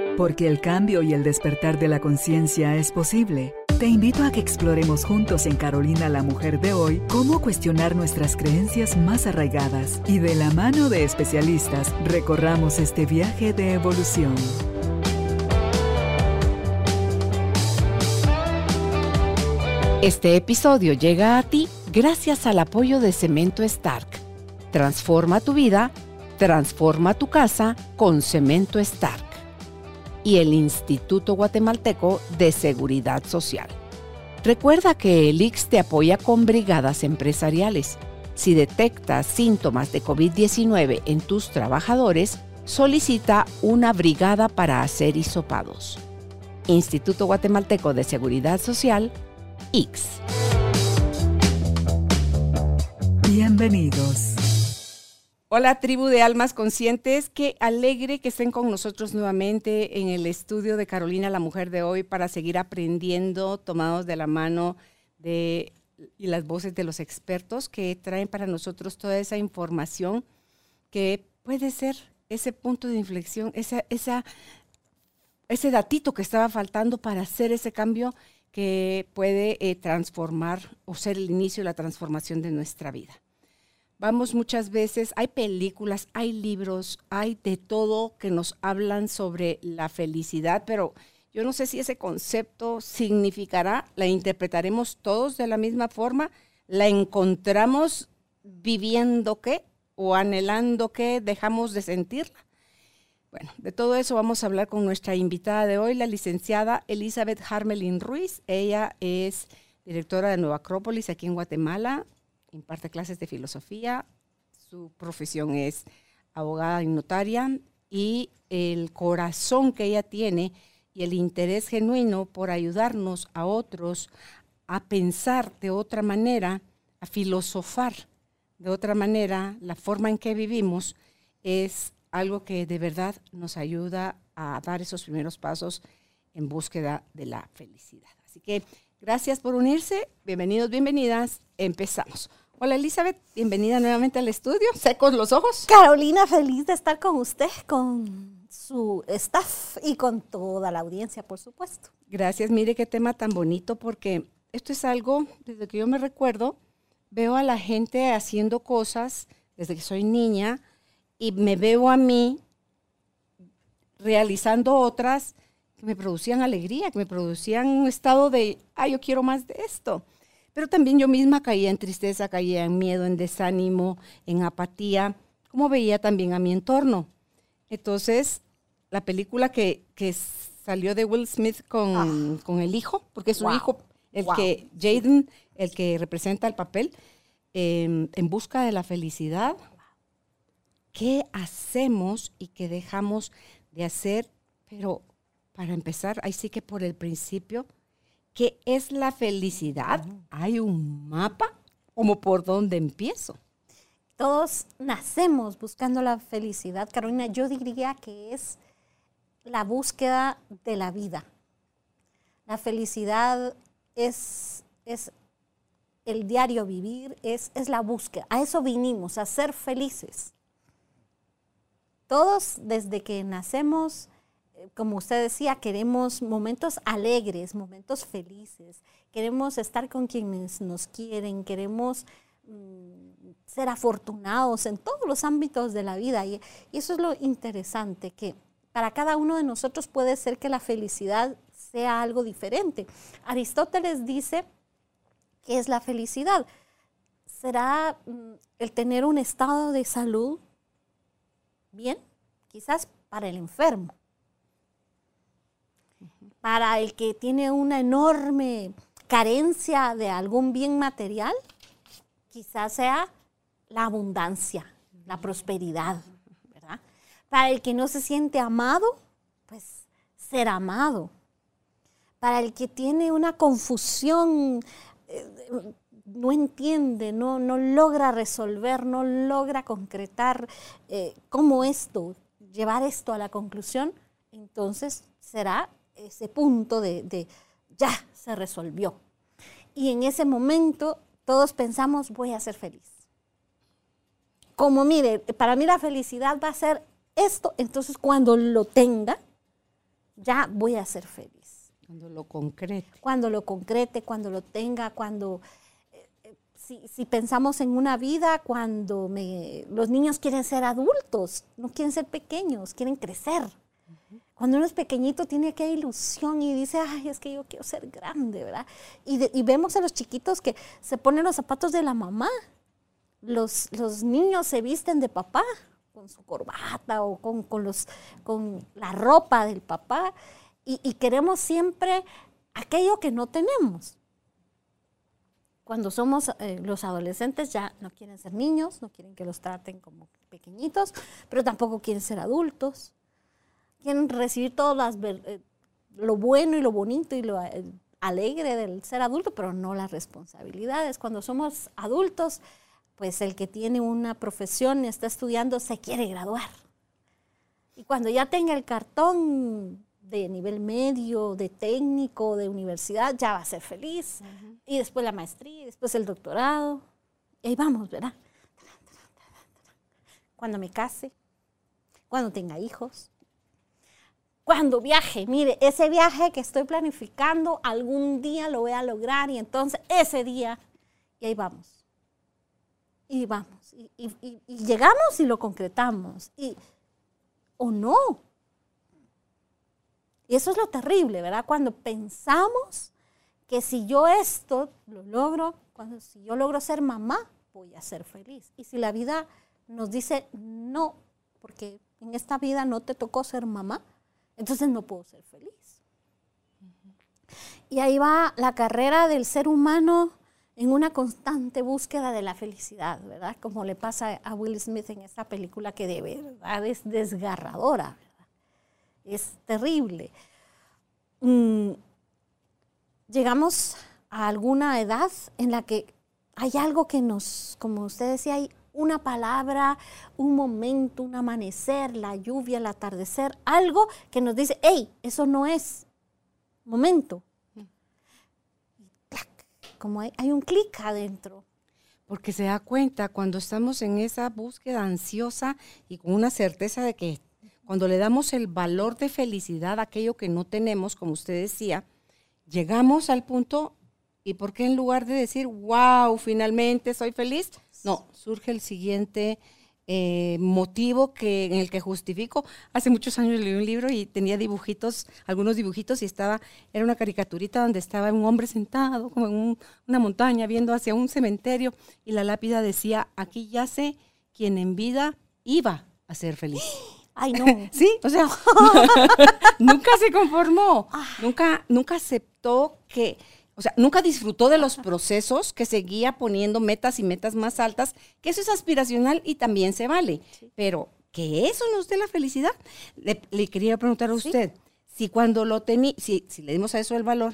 Porque el cambio y el despertar de la conciencia es posible. Te invito a que exploremos juntos en Carolina la Mujer de hoy cómo cuestionar nuestras creencias más arraigadas y de la mano de especialistas recorramos este viaje de evolución. Este episodio llega a ti gracias al apoyo de Cemento Stark. Transforma tu vida, transforma tu casa con Cemento Stark. Y el Instituto Guatemalteco de Seguridad Social. Recuerda que el ICS te apoya con brigadas empresariales. Si detectas síntomas de COVID-19 en tus trabajadores, solicita una brigada para hacer hisopados. Instituto Guatemalteco de Seguridad Social, ICS. Bienvenidos. Hola, tribu de almas conscientes. Qué alegre que estén con nosotros nuevamente en el estudio de Carolina, la Mujer de hoy, para seguir aprendiendo, tomados de la mano y las voces de los expertos que traen para nosotros toda esa información que puede ser ese punto de inflexión, ese datito que estaba faltando para hacer ese cambio que puede transformar o ser el inicio de la transformación de nuestra vida. Vamos muchas veces, hay películas, hay libros, hay de todo que nos hablan sobre la felicidad, pero yo no sé si ese concepto significará, la interpretaremos todos de la misma forma, la encontramos viviendo qué o anhelando qué, dejamos de sentirla. Bueno, de todo eso vamos a hablar con nuestra invitada de hoy, la licenciada Elizabeth Harmelin Ruiz. Ella es directora de Nueva Acrópolis aquí en Guatemala, imparte clases de filosofía, su profesión es abogada y notaria y el corazón que ella tiene y el interés genuino por ayudarnos a otros a pensar de otra manera, a filosofar de otra manera, la forma en que vivimos es algo que de verdad nos ayuda a dar esos primeros pasos en búsqueda de la felicidad. Así que gracias por unirse, bienvenidos, bienvenidas, empezamos. Hola Elizabeth, bienvenida nuevamente al estudio, secos los ojos. Carolina, feliz de estar con usted, con su staff y con toda la audiencia, por supuesto. Gracias, mire qué tema tan bonito, porque esto es algo, desde que yo me recuerdo, veo a la gente haciendo cosas desde que soy niña, y me veo a mí realizando otras que me producían alegría, que me producían un estado de, yo quiero más de esto. Pero también yo misma caía en tristeza, caía en miedo, en desánimo, en apatía, como veía también a mi entorno. Entonces, la película que salió de Will Smith con el hijo, porque es su hijo, Jaden, el que representa el papel, en busca de la felicidad. ¿Qué hacemos y qué dejamos de hacer? Pero para empezar, ahí sí que por el principio, ¿qué es la felicidad? ¿Hay un mapa? ¿Cómo por dónde empiezo? Todos nacemos buscando la felicidad, Carolina. Yo diría que es la búsqueda de la vida. La felicidad es el diario vivir, es la búsqueda. A eso vinimos, a ser felices. Todos desde que nacemos, como usted decía, queremos momentos alegres, momentos felices. Queremos estar con quienes nos quieren, queremos ser afortunados en todos los ámbitos de la vida. Y eso es lo interesante, que para cada uno de nosotros puede ser que la felicidad sea algo diferente. Aristóteles dice, ¿qué es la felicidad? ¿Será el tener un estado de salud bien? Quizás para el enfermo. Para el que tiene una enorme carencia de algún bien material, quizás sea la abundancia, la prosperidad, ¿verdad? Para el que no se siente amado, pues ser amado. Para el que tiene una confusión, no entiende, no logra resolver, no logra concretar cómo llevar esto a la conclusión, entonces será ese punto de ya se resolvió. Y en ese momento todos pensamos, voy a ser feliz. Como mire, para mí la felicidad va a ser esto, entonces cuando lo tenga, ya voy a ser feliz. Cuando lo concrete. Cuando lo concrete, cuando lo tenga, cuando... Si pensamos en una vida, cuando los niños quieren ser adultos, no quieren ser pequeños, quieren crecer. Cuando uno es pequeñito tiene aquella ilusión y dice, ay, es que yo quiero ser grande, ¿verdad? Y vemos a los chiquitos que se ponen los zapatos de la mamá. Los niños se visten de papá, con su corbata o con la ropa del papá. Y queremos siempre aquello que no tenemos. Cuando somos los adolescentes ya no quieren ser niños, no quieren que los traten como pequeñitos, pero tampoco quieren ser adultos. Quieren recibir todo lo bueno y lo bonito y lo alegre del ser adulto, pero no las responsabilidades. Cuando somos adultos, pues el que tiene una profesión y está estudiando se quiere graduar. Y cuando ya tenga el cartón de nivel medio, de técnico, de universidad, ya va a ser feliz. Y después la maestría, y después el doctorado. Y ahí vamos, ¿verdad? Cuando me case, cuando tenga hijos, cuando viaje. Mire, ese viaje que estoy planificando, algún día lo voy a lograr y entonces ese día, y ahí vamos. Y vamos. Y llegamos y lo concretamos. ¿O no? Y eso es lo terrible, ¿verdad? Cuando pensamos que si yo esto lo logro, si yo logro ser mamá, voy a ser feliz. Y si la vida nos dice no, porque en esta vida no te tocó ser mamá, entonces no puedo ser feliz. Y ahí va la carrera del ser humano en una constante búsqueda de la felicidad, ¿verdad? Como le pasa a Will Smith en esta película que de verdad es desgarradora, ¿verdad? Es terrible. Llegamos a alguna edad en la que hay algo que como usted decía, hay una palabra, un momento, un amanecer, la lluvia, el atardecer, algo que nos dice, hey, eso no es momento. Como hay un clic adentro. Porque se da cuenta cuando estamos en esa búsqueda ansiosa y con una certeza de que cuando le damos el valor de felicidad a aquello que no tenemos, como usted decía, llegamos al punto, ¿y por qué en lugar de decir, wow, finalmente soy feliz? No, surge el siguiente motivo en el que justifico. Hace muchos años leí un libro y tenía dibujitos, algunos dibujitos, y era una caricaturita donde estaba un hombre sentado como en una montaña viendo hacia un cementerio y la lápida decía, aquí yace quien en vida iba a ser feliz. Ay, no. Sí, o sea, nunca se conformó, nunca aceptó que, o sea, nunca disfrutó de los procesos, que seguía poniendo metas y metas más altas, que eso es aspiracional y también se vale, sí. Pero que eso nos dé la felicidad. Le quería preguntar a usted, ¿sí? Si cuando lo tenía, si le dimos a eso el valor,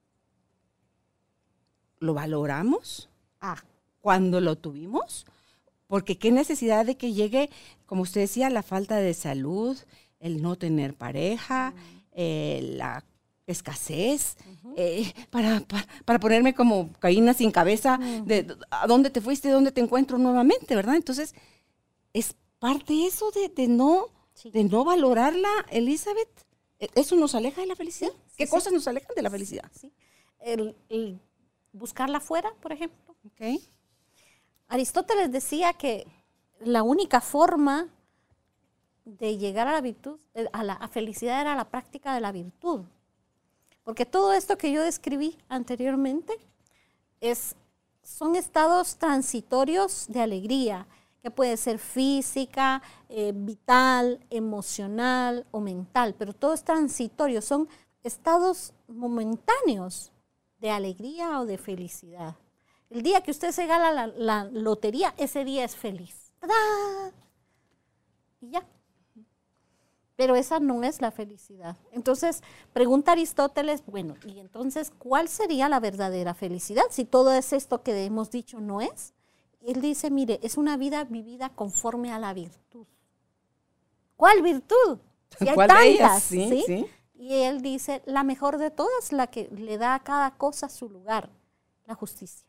¿lo valoramos? ¿Cuando lo tuvimos? Porque qué necesidad de que llegue, como usted decía, la falta de salud, el no tener pareja, la escasez, para ponerme como gallina sin cabeza, de a dónde te fuiste, dónde te encuentro nuevamente, ¿verdad? Entonces, es parte eso de no valorarla, Elizabeth. ¿Eso nos aleja de la felicidad? Sí, ¿qué cosas nos alejan de la felicidad? Sí. El buscarla afuera, por ejemplo. Okay. Aristóteles decía que la única forma de llegar a la virtud, a la felicidad, era la práctica de la virtud. Porque todo esto que yo describí anteriormente son estados transitorios de alegría, que puede ser física, vital, emocional o mental, pero todo es transitorio, son estados momentáneos de alegría o de felicidad. El día que usted se gana la lotería, ese día es feliz. ¡Tadá! Y ya. Pero esa no es la felicidad. Entonces, pregunta Aristóteles, bueno, y entonces, ¿cuál sería la verdadera felicidad? Si todo es esto que hemos dicho no es. Él dice, mire, es una vida vivida conforme a la virtud. ¿Cuál virtud? Si hay ¿Cuál tantas, de ellas? ¿sí? Y él dice, la mejor de todas, la que le da a cada cosa su lugar, la justicia.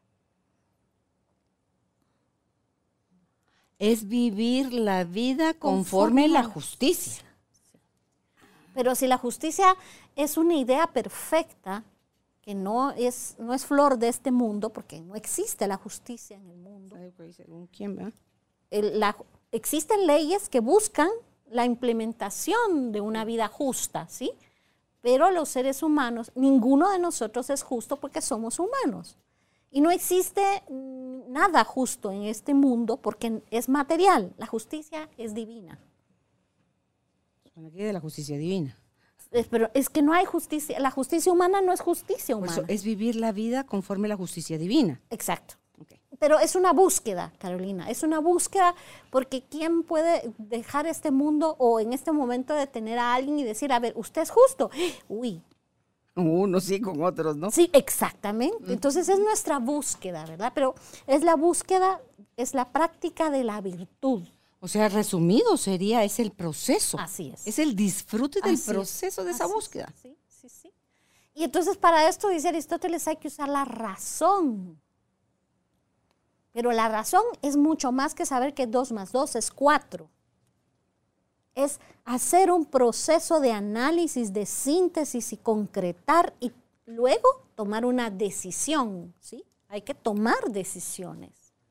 Es vivir la vida conforme la justicia. Pero si la justicia es una idea perfecta, que no es flor de este mundo, porque no existe la justicia en el mundo. ¿Según quién, verdad? Existen leyes que buscan la implementación de una vida justa, ¿sí? Pero los seres humanos, ninguno de nosotros es justo porque somos humanos. Y no existe nada justo en este mundo porque es material. La justicia es divina. Aquí de la justicia divina. Pero es que no hay justicia. La justicia humana no es justicia humana. Por eso es vivir la vida conforme a la justicia divina. Exacto. Okay. Pero es una búsqueda, Carolina. Es una búsqueda porque ¿quién puede dejar este mundo o en este momento detener a alguien y decir, a ver, usted es justo? Uy. Unos sí, con otros, ¿no? Sí, exactamente. Entonces es nuestra búsqueda, ¿verdad? Pero es la búsqueda, es la práctica de la virtud. O sea, resumido sería, es el proceso. Así es. Es el disfrute del Así proceso de esa búsqueda. Sí, sí, sí. Y entonces para esto, dice Aristóteles, hay que usar la razón. Pero la razón es mucho más que saber que 2 más 2 es 4. Es hacer un proceso de análisis, de síntesis y concretar y luego tomar una decisión, ¿sí? Hay que tomar decisiones.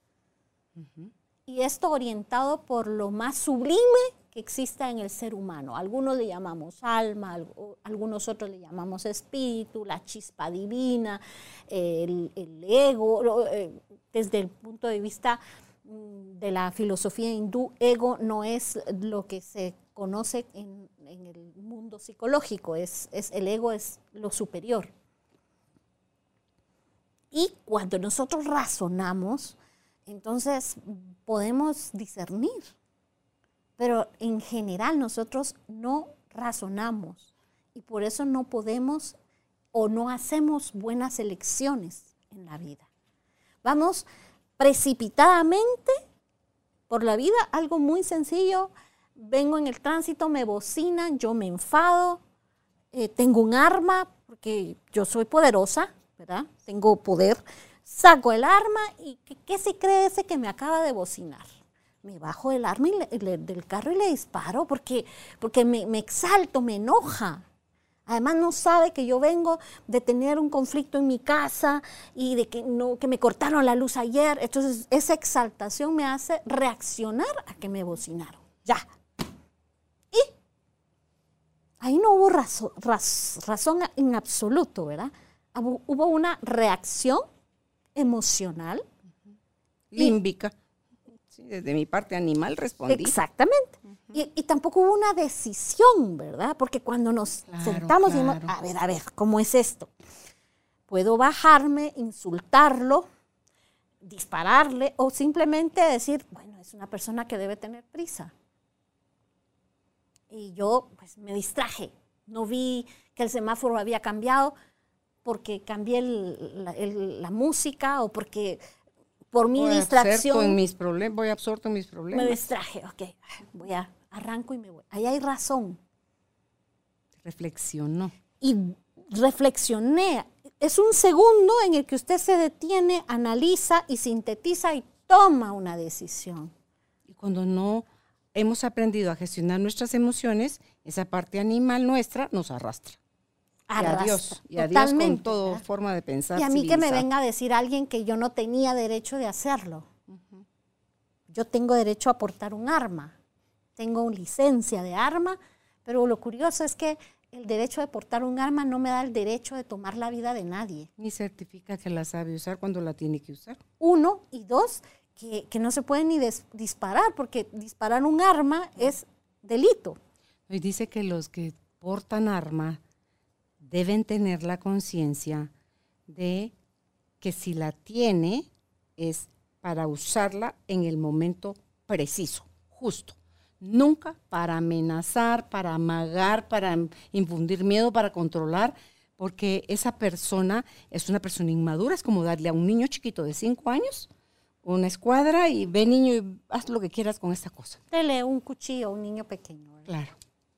Y esto orientado por lo más sublime que exista en el ser humano. Algunos le llamamos alma, algunos otros le llamamos espíritu, la chispa divina, el ego. Desde el punto de vista de la filosofía hindú, ego no es lo que se conoce en el mundo psicológico, el ego es lo superior. Y cuando nosotros razonamos, entonces podemos discernir, pero en general nosotros no razonamos y por eso no podemos o no hacemos buenas elecciones en la vida. Vamos precipitadamente por la vida, algo muy sencillo, vengo en el tránsito, me bocinan, yo me enfado, tengo un arma, porque yo soy poderosa, ¿verdad? Tengo poder, saco el arma y ¿qué se cree ese que me acaba de bocinar? Me bajo del arma del carro y le disparo porque me exalto, me enoja. Además no sabe que yo vengo de tener un conflicto en mi casa y de que me cortaron la luz ayer. Entonces esa exaltación me hace reaccionar a que me bocinaron. Ya. Y ahí no hubo razón en absoluto, ¿verdad? Hubo una reacción emocional. Límbica. Sí, desde mi parte animal respondí. Exactamente. Y tampoco hubo una decisión, ¿verdad? Porque cuando nos sentamos y decimos, a ver, ¿cómo es esto? Puedo bajarme, insultarlo, dispararle o simplemente decir, bueno, es una persona que debe tener prisa. Y yo pues me distraje, no vi que el semáforo había cambiado porque cambié la música o porque por mi distracción. Voy absorto en mis problemas. Me distraje, ok, arranco y me voy. Ahí hay razón. Reflexionó. Y reflexioné. Es un segundo en el que usted se detiene, analiza y sintetiza y toma una decisión. Y cuando no hemos aprendido a gestionar nuestras emociones, esa parte animal nuestra nos arrastra. Y adiós con toda ¿verdad? Forma de pensar. Y a mí civilizada. que me venga a decir alguien que yo no tenía derecho de hacerlo. Yo tengo derecho a portar un arma. Tengo licencia de arma, pero lo curioso es que el derecho de portar un arma no me da el derecho de tomar la vida de nadie. Ni certifica que la sabe usar cuando la tiene que usar. 1 y 2, que no se puede ni disparar, porque disparar un arma es delito. Y dice que los que portan arma deben tener la conciencia de que si la tiene es para usarla en el momento preciso, justo. Nunca para amenazar, para amagar, para infundir miedo, para controlar, porque esa persona es una persona inmadura. Es como darle a un niño chiquito de 5 años una escuadra y ve niño y haz lo que quieras con esta cosa. Dele un cuchillo a un niño pequeño, ¿verdad? Claro.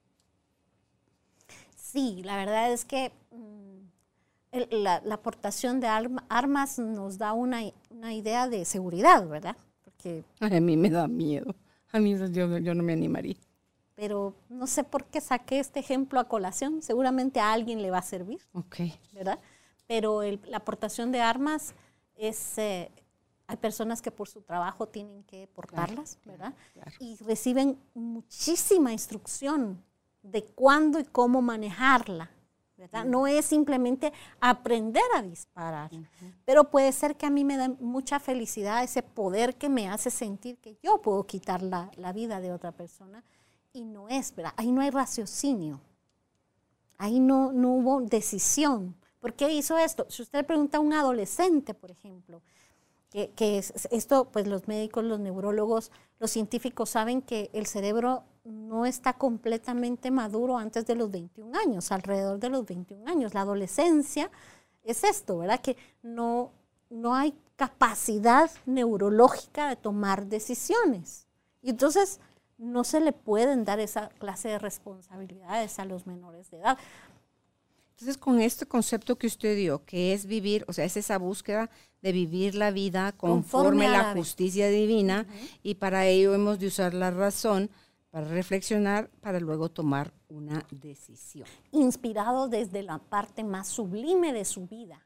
Sí, la verdad es que la aportación de armas nos da una idea de seguridad, ¿verdad? Porque a mí me da miedo. A mí yo no me animaría. pero no sé por qué saqué este ejemplo a colación. Seguramente a alguien le va a servir, ¿verdad? Pero la aportación de armas es... hay personas que por su trabajo tienen que portarlas, ¿verdad? Claro. Y reciben muchísima instrucción de cuándo y cómo manejarla, ¿verdad? No es simplemente aprender a disparar, pero puede ser que a mí me da mucha felicidad ese poder que me hace sentir que yo puedo quitar la vida de otra persona, y no es, ¿verdad? Ahí no hay raciocinio, ahí no hubo decisión. ¿Por qué hizo esto? Si usted le pregunta a un adolescente, por ejemplo, que esto, pues los médicos, los neurólogos, los científicos saben que el cerebro no está completamente maduro antes de los 21 años, alrededor de los 21 años. La adolescencia es esto, ¿verdad? Que no hay capacidad neurológica de tomar decisiones. Y entonces no se le pueden dar esa clase de responsabilidades a los menores de edad. Entonces, con este concepto que usted dio, que es vivir, o sea, es esa búsqueda de vivir la vida conforme a la justicia divina, y para ello hemos de usar la razón para reflexionar, para luego tomar una decisión. Inspirado desde la parte más sublime de su vida.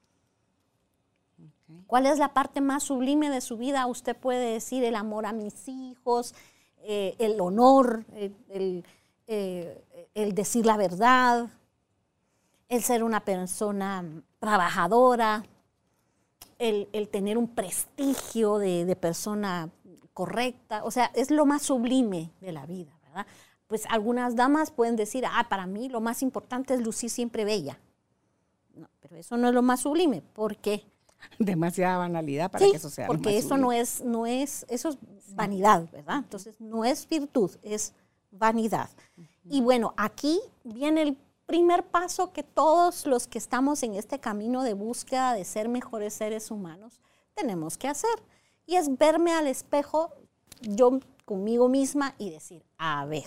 ¿Cuál es la parte más sublime de su vida? Usted puede decir el amor a mis hijos, el honor, el decir la verdad, el ser una persona trabajadora, el tener un prestigio de persona correcta. O sea, es lo más sublime de la vida, ¿verdad? Pues algunas damas pueden decir, para mí lo más importante es lucir siempre bella. No, pero eso no es lo más sublime. ¿Por qué? Demasiada banalidad para que eso sea porque eso no es, eso es vanidad, ¿verdad? Entonces no es virtud, es vanidad. Y bueno, aquí viene el primer paso que todos los que estamos en este camino de búsqueda de ser mejores seres humanos tenemos que hacer. Y es verme al espejo yo conmigo misma y decir, a ver,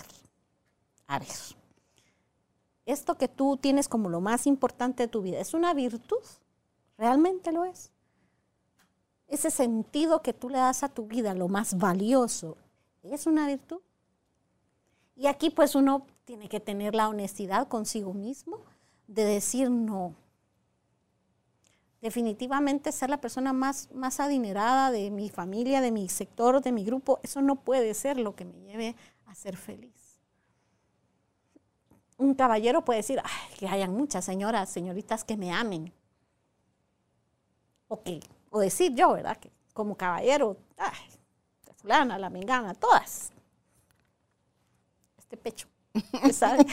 esto que tú tienes como lo más importante de tu vida, ¿es una virtud? ¿Realmente lo es? Ese sentido que tú le das a tu vida, lo más valioso, ¿es una virtud? Y aquí pues uno tiene que tener la honestidad consigo mismo de decir no. Definitivamente ser la persona más adinerada de mi familia, de mi sector, de mi grupo, eso no puede ser lo que me lleve a ser feliz. Un caballero puede decir, que hayan muchas señoritas que me amen. O decir yo, ¿verdad? Que como caballero, la fulana, la mengana, todas. Este pecho, ¿sabe?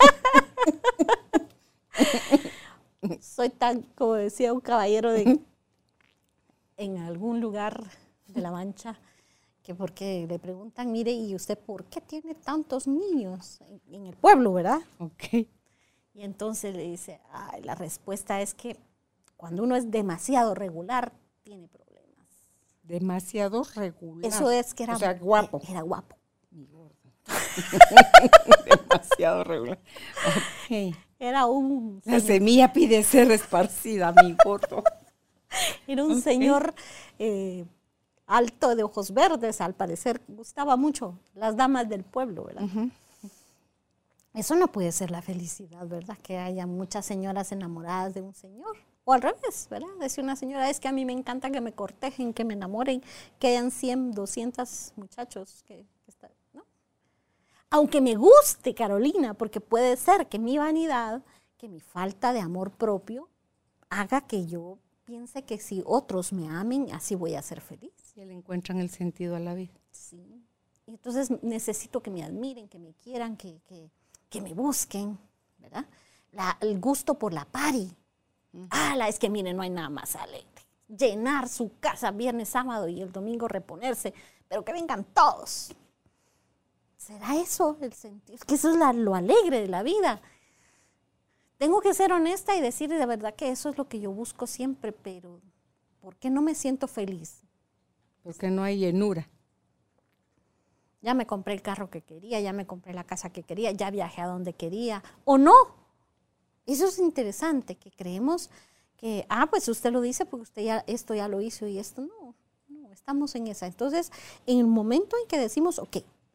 Soy tan, como decía un caballero en algún lugar de La Mancha, que porque le preguntan, mire, ¿y usted por qué tiene tantos niños en el pueblo, verdad? Okay. Y entonces le dice, la respuesta es que cuando uno es demasiado regular, tiene problemas. Demasiado regular. Eso es que era, o sea, guapo. Era guapo. Mi gordo. Demasiado regular. Okay. Era un... La semilla pide ser esparcida, mi gordo. Era un señor alto, de ojos verdes, al parecer. Gustaba mucho las damas del pueblo, ¿verdad? Eso no puede ser la felicidad, ¿verdad? Que haya muchas señoras enamoradas de un señor. O al revés, ¿verdad? Decía una señora, es que a mí me encanta que me cortejen, que me enamoren, que hayan 100, 200 muchachos que están, ¿no? Aunque me guste, Carolina, porque puede ser que mi vanidad, que mi falta de amor propio, haga que yo piense que si otros me amen, así voy a ser feliz. Y le encuentran el sentido a la vida. Sí. Y entonces necesito que me admiren, que me quieran, que me busquen, ¿verdad? El gusto por la party. Es que miren, no hay nada más alegre. Llenar su casa viernes, sábado y el domingo reponerse, pero que vengan todos. ¿Será eso el sentido? Que eso es lo alegre de la vida. Tengo que ser honesta y decir de verdad que eso es lo que yo busco siempre, pero ¿por qué no me siento feliz? Porque no hay llenura. Ya me compré el carro que quería, ya me compré la casa que quería, ya viajé a donde quería, o no. Eso es interesante, que creemos que, pues usted lo dice porque usted esto ya lo hizo y esto no, estamos en esa. Entonces, en el momento en que decimos, ok,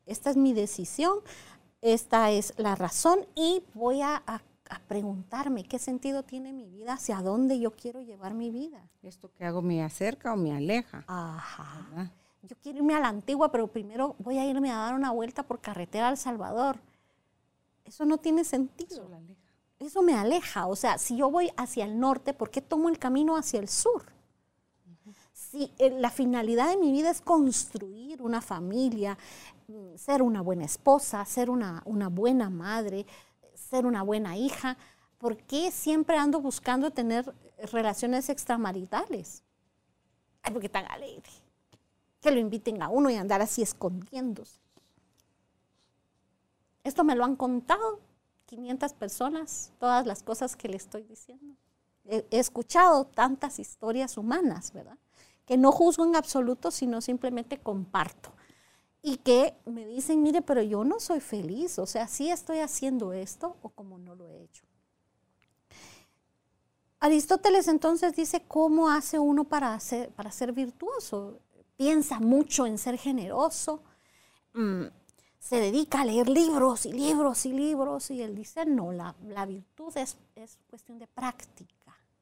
esta es mi decisión, esta es la razón y voy a preguntarme qué sentido tiene mi vida, hacia dónde yo quiero llevar mi vida. ¿Esto que hago me acerca o me aleja? Ajá. ¿Verdad? Yo quiero irme a la antigua, pero primero voy a irme a dar una vuelta por carretera a El Salvador. Eso no tiene sentido. Eso la aleja. Eso me aleja. O sea, si yo voy hacia el norte, ¿por qué tomo el camino hacia el sur? Si la finalidad de mi vida es construir una familia, ser una buena esposa, ser una buena madre, ser una buena hija, ¿por qué siempre ando buscando tener relaciones extramaritales? Ay, porque tan alegre. Que lo inviten a uno y andar así escondiéndose. Esto me lo han contado 500 personas, todas las cosas que le estoy diciendo. He escuchado tantas historias humanas, ¿verdad? Que no juzgo en absoluto, sino simplemente comparto. Y que me dicen, mire, pero yo no soy feliz, o sea, sí estoy haciendo esto o como no lo he hecho. Aristóteles entonces dice, ¿cómo hace uno para ser virtuoso? Piensa mucho en ser generoso, se dedica a leer libros y libros y libros, y él dice, no, la virtud es cuestión de práctica.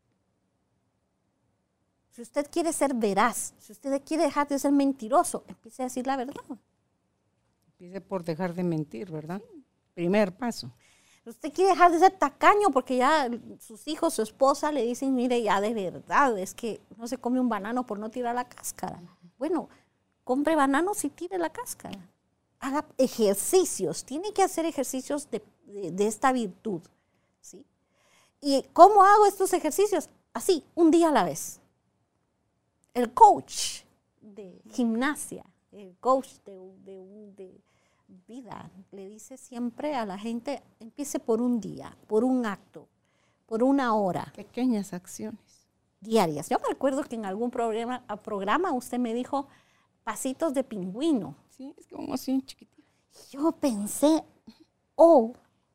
Si usted quiere ser veraz, si usted quiere dejar de ser mentiroso, empiece a decir la verdad. Empiece por dejar de mentir, ¿verdad? Sí. Primer paso. Si usted quiere dejar de ser tacaño porque ya sus hijos, su esposa le dicen, mire, ya de verdad, es que no se come un banano por no tirar la cáscara. Bueno, compre bananos y tire la cáscara. Haga ejercicios, tiene que hacer ejercicios de esta virtud, ¿sí? ¿Y cómo hago estos ejercicios? Así, un día a la vez. El coach de gimnasia, el coach de vida, le dice siempre a la gente, empiece por un día, por un acto, por una hora. Pequeñas acciones. Diarias. Yo me acuerdo que en algún programa usted me dijo pasitos de pingüino. Sí, es como así chiquitito. Yo pensé, oh.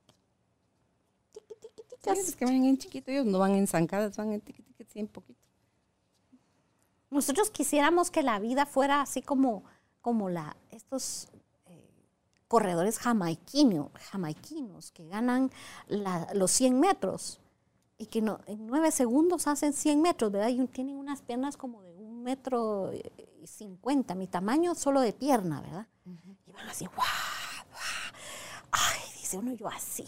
Sí, es que van en chiquito, ellos no van en zancadas, van en tiquitiquit, sí, en poquito. Nosotros quisiéramos que la vida fuera así como estos corredores jamaiquinos que ganan los 100 metros y que no, en 9 segundos hacen 100 metros, ¿verdad? Y tienen unas piernas como de 1,50 m, mi tamaño solo de pierna, ¿verdad? Y van así, ¡guau! Ay, dice uno, yo así.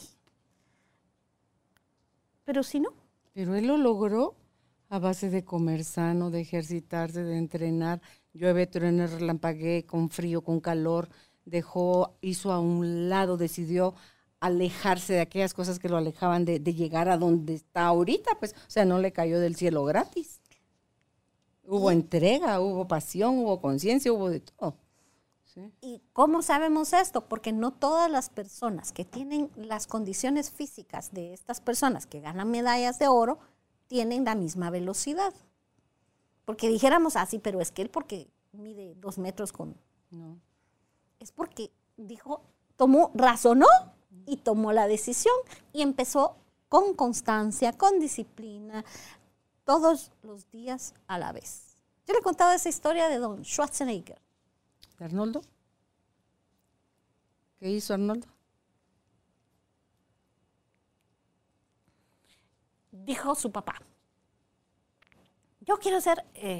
Pero si no. Pero él lo logró a base de comer sano, de ejercitarse, de entrenar. Llueve, truene, relampaguee, con frío, con calor. Hizo a un lado, decidió alejarse de aquellas cosas que lo alejaban de llegar a donde está ahorita. Pues, o sea, no le cayó del cielo gratis. Hubo entrega, hubo pasión, hubo conciencia, hubo de todo. ¿Sí? ¿Y cómo sabemos esto? Porque no todas las personas que tienen las condiciones físicas de estas personas que ganan medallas de oro tienen la misma velocidad. Porque dijéramos así, pero es que él porque mide 2 metros con... No. Es porque razonó y tomó la decisión y empezó con constancia, con disciplina, todos los días a la vez. Yo le contaba esa historia de don Schwarzenegger. ¿De Arnoldo? ¿Qué hizo Arnoldo? Dijo su papá, yo quiero ser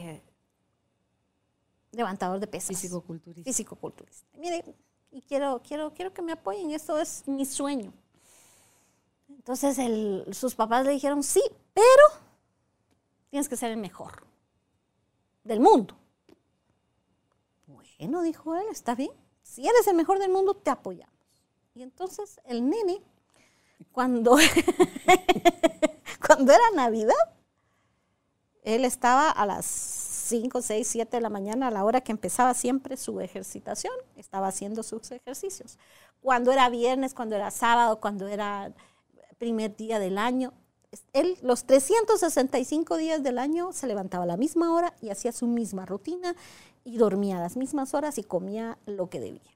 levantador de pesas. Físico-culturista. Físico-culturista. Mire, y quiero que me apoyen, esto es mi sueño. Entonces sus papás le dijeron, sí, pero tienes que ser el mejor del mundo. Bueno, dijo él, está bien. Si eres el mejor del mundo, te apoyamos. Y entonces el nene, cuando era Navidad, él estaba a las 5, 6, 7 de la mañana, a la hora que empezaba siempre su ejercitación, estaba haciendo sus ejercicios. Cuando era viernes, cuando era sábado, cuando era primer día del año, él los 365 días del año se levantaba a la misma hora y hacía su misma rutina y dormía a las mismas horas y comía lo que debía.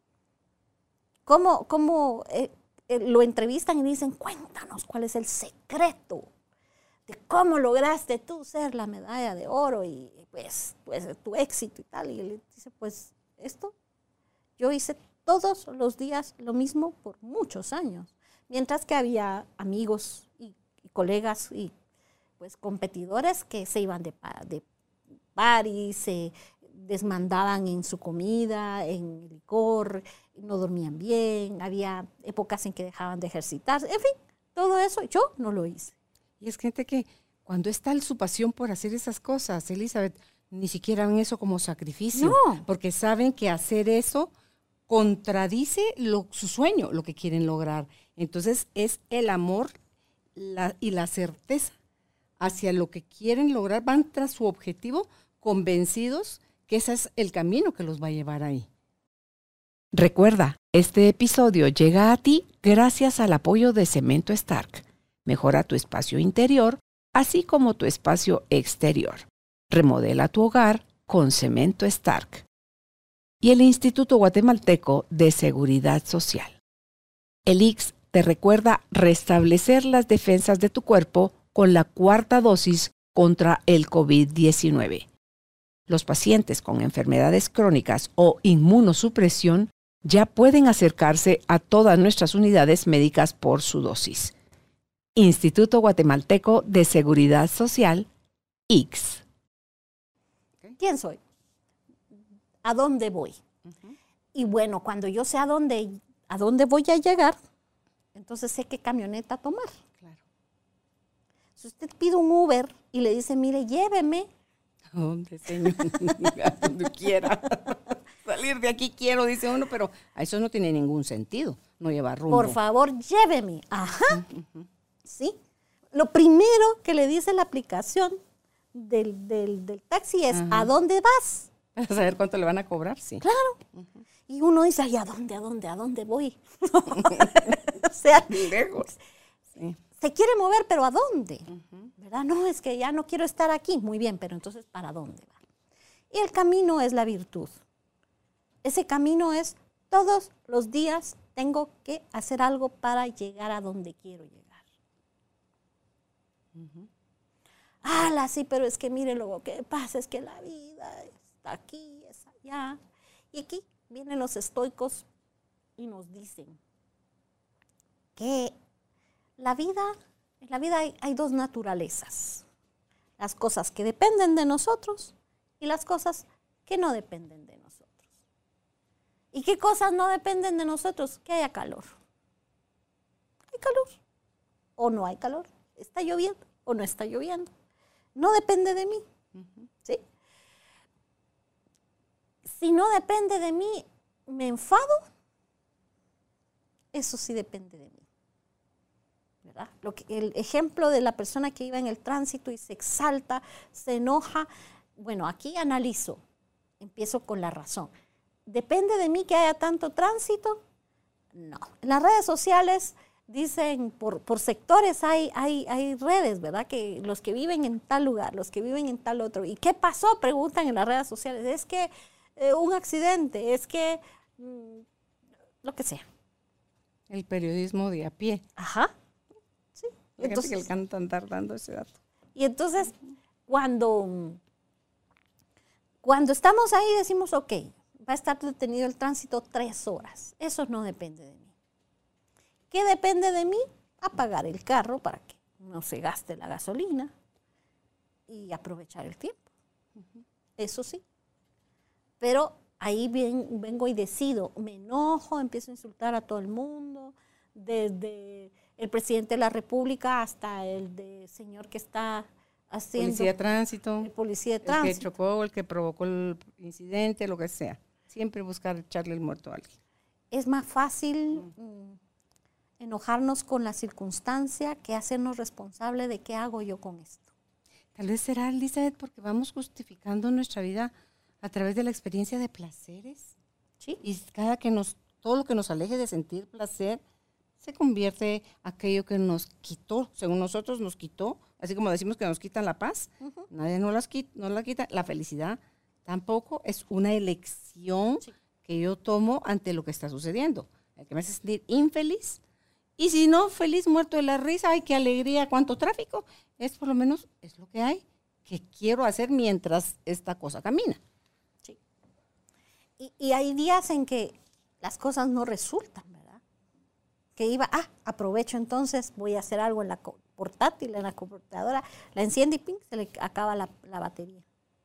¿Cómo lo entrevistan y dicen, cuéntanos cuál es el secreto de cómo lograste tú ser la medalla de oro y pues tu éxito y tal? Y él dice, pues esto, yo hice todos los días lo mismo por muchos años. Mientras que había amigos y colegas y pues competidores que se iban de party, se desmandaban en su comida, en licor, no dormían bien, había épocas en que dejaban de ejercitarse, en fin, todo eso yo no lo hice. Y es gente que cuando está su pasión por hacer esas cosas, Elizabeth, ni siquiera ven eso como sacrificio, No. porque saben que hacer eso contradice su sueño, lo que quieren lograr. Entonces es el amor y la certeza hacia lo que quieren lograr, van tras su objetivo convencidos que ese es el camino que los va a llevar ahí. Recuerda, este episodio llega a ti gracias al apoyo de Cemento Stark. Mejora tu espacio interior, así como tu espacio exterior. Remodela tu hogar con Cemento Stark. Y el Instituto Guatemalteco de Seguridad Social. El ICS te recuerda restablecer las defensas de tu cuerpo con la 4ª dosis contra el COVID-19. Los pacientes con enfermedades crónicas o inmunosupresión ya pueden acercarse a todas nuestras unidades médicas por su dosis. Instituto Guatemalteco de Seguridad Social, ICS. ¿Quién soy? ¿A dónde voy? Y bueno, cuando yo sé a dónde voy a llegar, entonces sé qué camioneta tomar. Claro. Si usted pide un Uber y le dice, mire, lléveme. ¿A dónde, señor? A donde quiera. Salir de aquí quiero, dice uno, pero a eso no tiene ningún sentido, no lleva rumbo. Por favor, lléveme. Ajá. ¿Sí? Lo primero que le dice la aplicación del taxi es, ¿a dónde vas? Para saber cuánto le van a cobrar, sí. Claro. Y uno dice, ay, ¿a dónde voy? O sea, lejos. Sí. Se quiere mover, pero ¿a dónde? ¿Verdad? No, es que ya no quiero estar aquí. Muy bien, pero entonces, ¿para dónde va? Y el camino es la virtud. Ese camino es, todos los días tengo que hacer algo para llegar a donde quiero llegar. Sí, pero es que mire lo que pasa, es que la vida está aquí, es allá. Y aquí vienen los estoicos y nos dicen que en la vida hay dos naturalezas. Las cosas que dependen de nosotros y las cosas que no dependen de nosotros. ¿Y qué cosas no dependen de nosotros? Que haya calor. Hay calor o no hay calor. Está lloviendo o no está lloviendo. No depende de mí. ¿Sí? Si no depende de mí, me enfado. Eso sí depende de mí. ¿Verdad? El ejemplo de la persona que iba en el tránsito y se exalta, se enoja. Bueno, aquí analizo. Empiezo con la razón. ¿Depende de mí que haya tanto tránsito? No. En las redes sociales dicen, por sectores hay redes, ¿verdad? Que los que viven en tal lugar, los que viven en tal otro. ¿Y qué pasó? Preguntan en las redes sociales. Es que un accidente, es que lo que sea. El periodismo de a pie. Ajá. Sí. Entonces, que le cantan dando ese dato. Y entonces, cuando estamos ahí decimos, ok, va a estar detenido el tránsito 3 horas. Eso no depende de mí. ¿Qué depende de mí? Apagar el carro para que no se gaste la gasolina y aprovechar el tiempo. Eso sí. Pero ahí vengo y decido, me enojo, empiezo a insultar a todo el mundo, desde el presidente de la República hasta el señor que está haciendo... Policía de tránsito. El policía de tránsito. El que chocó, el que provocó el incidente, lo que sea. Siempre buscar echarle el muerto a alguien. Es más fácil enojarnos con la circunstancia que hacernos responsable de qué hago yo con esto. Tal vez será, Elizabeth, porque vamos justificando nuestra vida a través de la experiencia de placeres. Sí. Y todo lo que nos aleje de sentir placer se convierte aquello que nos quitó, según nosotros nos quitó, así como decimos que nos quitan la paz, nadie nos la quita, la felicidad tampoco, es una elección que yo tomo ante lo que está sucediendo, el que me hace sentir infeliz, y si no, feliz, muerto de la risa, ay, qué alegría, cuánto tráfico, es por lo menos, es lo que hay, que quiero hacer mientras esta cosa camina. Sí. Y hay días en que las cosas no resultan, ¿verdad? Que iba, aprovecho entonces, voy a hacer algo en la portátil, en la computadora, la enciende y ¡ping! Se le acaba la batería.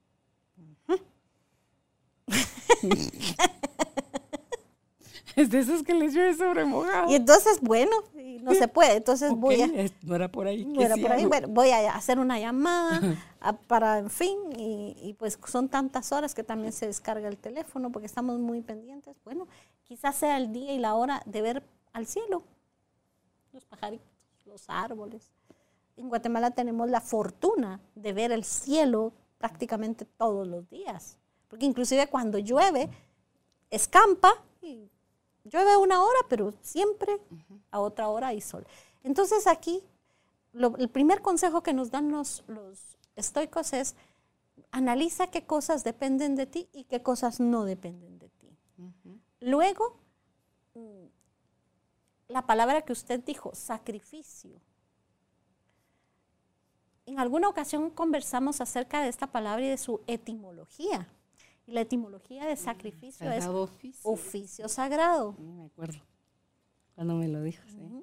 Es de esos que les llueve sobre mojado. Y entonces, bueno, no se puede. Entonces no era por ahí. No era por ahí. Bueno, voy a hacer una llamada para, en fin, y pues son tantas horas que también se descarga el teléfono porque estamos muy pendientes. Bueno, quizás sea el día y la hora de ver al cielo, los pajaritos, los árboles. En Guatemala tenemos la fortuna de ver el cielo prácticamente todos los días. Porque inclusive cuando llueve, escampa y llueve una hora, pero siempre a otra hora hay sol. Entonces aquí, el primer consejo que nos dan los estoicos es, analiza qué cosas dependen de ti y qué cosas no dependen de ti. Luego, la palabra que usted dijo, sacrificio. En alguna ocasión conversamos acerca de esta palabra y de su etimología. Y la etimología de sacrificio es oficio sagrado. Me acuerdo cuando me lo dijo. Sí.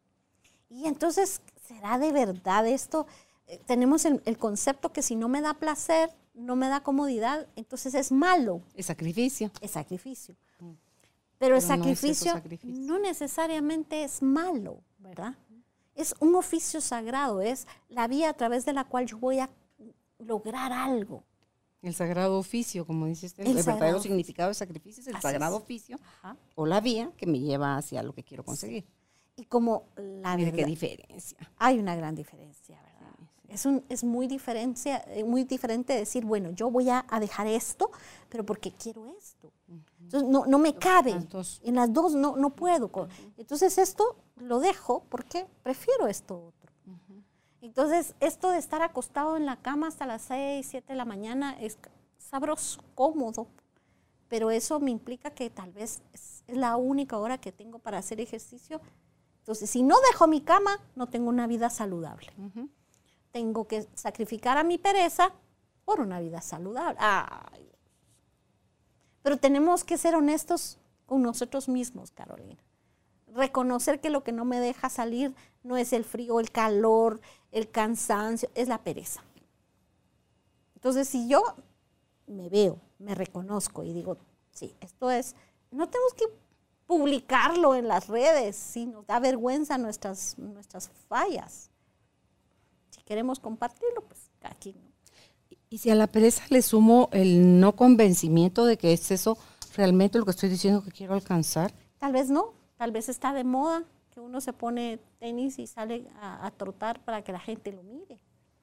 Y entonces, ¿será de verdad esto? Tenemos el concepto que si no me da placer, no me da comodidad, entonces es malo. Es sacrificio. Es sacrificio. Pero el sacrificio no necesariamente es malo, ¿verdad? Es un oficio sagrado, es la vía a través de la cual yo voy a lograr algo. El sagrado oficio, como dice usted, el verdadero significado de sacrificio es el sagrado oficio o la vía que me lleva hacia lo que quiero conseguir. Y como la Mira verdad, qué diferencia. Hay una gran diferencia, ¿verdad? Sí. Es muy diferente decir, bueno, yo voy a dejar esto, pero porque quiero esto. Entonces no me cabe. En las dos no puedo. Entonces esto lo dejo porque prefiero esto otro. Entonces, esto de estar acostado en la cama hasta las 6, 7 de la mañana es sabroso, cómodo, pero eso me implica que tal vez es la única hora que tengo para hacer ejercicio. Entonces, si no dejo mi cama, no tengo una vida saludable. Tengo que sacrificar a mi pereza por una vida saludable. Ay. Pero tenemos que ser honestos con nosotros mismos, Carolina. Reconocer que lo que no me deja salir no es el frío, el calor, el cansancio, es la pereza. Entonces, si yo me veo, me reconozco y digo, sí, esto es, no tenemos que publicarlo en las redes, si nos da vergüenza nuestras fallas. Si queremos compartirlo, pues aquí no. Y si a la pereza le sumo el no convencimiento de que es eso realmente lo que estoy diciendo que quiero alcanzar. Tal vez no. Tal vez está de moda que uno se pone tenis y sale a trotar para que la gente lo mire.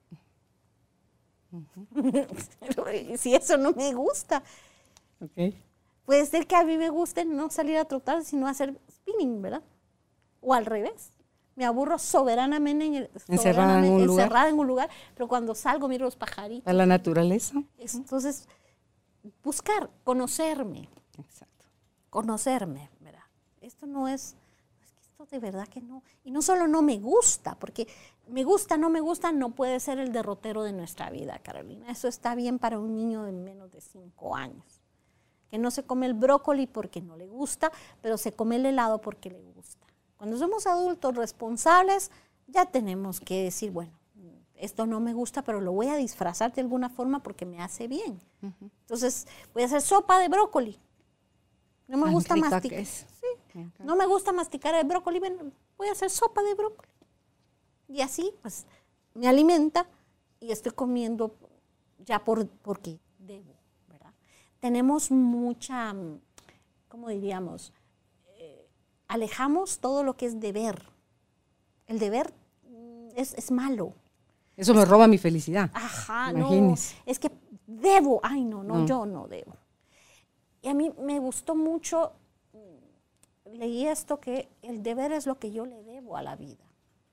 Si eso no me gusta. Puede ser que a mí me guste no salir a trotar, sino hacer spinning, ¿verdad? O al revés. Me aburro soberanamente encerrada en un lugar, pero cuando salgo miro los pajaritos. A la naturaleza. Entonces, buscar, conocerme. Exacto. Conocerme, ¿verdad? Esto no es que esto de verdad que no. Y no solo no me gusta, porque me gusta, no puede ser el derrotero de nuestra vida, Carolina. Eso está bien para un niño de menos de 5 años, que no se come el brócoli porque no le gusta, pero se come el helado porque le gusta. Cuando somos adultos responsables, ya tenemos que decir, bueno, esto no me gusta, pero lo voy a disfrazar de alguna forma porque me hace bien. Entonces, voy a hacer sopa de brócoli. No me gusta masticar. Sí, no me gusta masticar el brócoli. Bueno, voy a hacer sopa de brócoli. Y así, pues, me alimenta y estoy comiendo ya porque debo, ¿verdad? Tenemos mucha, ¿cómo diríamos? Alejamos todo lo que es deber. El deber es malo. Eso me roba mi felicidad. Ajá, imagínese. No. Es que debo. Ay, no, yo no debo. Y a mí me gustó mucho, leí esto, que el deber es lo que yo le debo a la vida.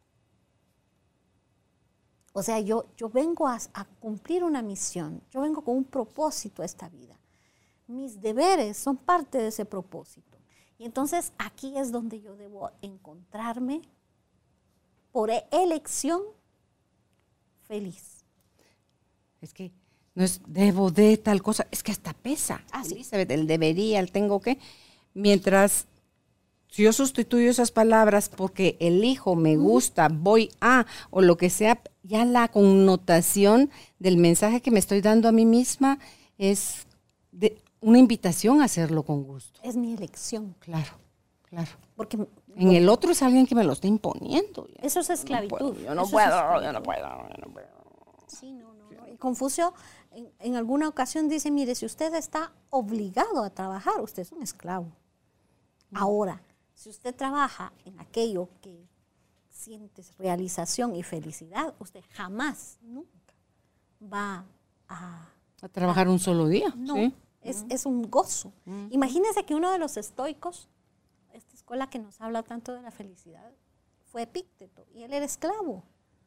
O sea, yo vengo a cumplir una misión, yo vengo con un propósito a esta vida. Mis deberes son parte de ese propósito. Y entonces aquí es donde yo debo encontrarme por elección feliz. Es que no es debo de tal cosa, es que hasta pesa. Sí. Elizabeth, el debería, el tengo que. mientras si yo sustituyo esas palabras porque elijo, me gusta, voy a, o lo que sea, ya la connotación del mensaje que me estoy dando a mí misma es de una invitación a hacerlo con gusto. Es mi elección. Claro, claro. Porque en el otro es alguien que me lo está imponiendo. Eso es esclavitud. Yo no puedo. Sí, no. Y Confucio en alguna ocasión dice, mire, si usted está obligado a trabajar, usted es un esclavo. Ahora, si usted trabaja en aquello que sientes realización y felicidad, usted jamás, nunca va a trabajar un solo día. No, ¿sí? es un gozo. Imagínense que uno de los estoicos, esta escuela que nos habla tanto de la felicidad, fue Epícteto, y él era esclavo.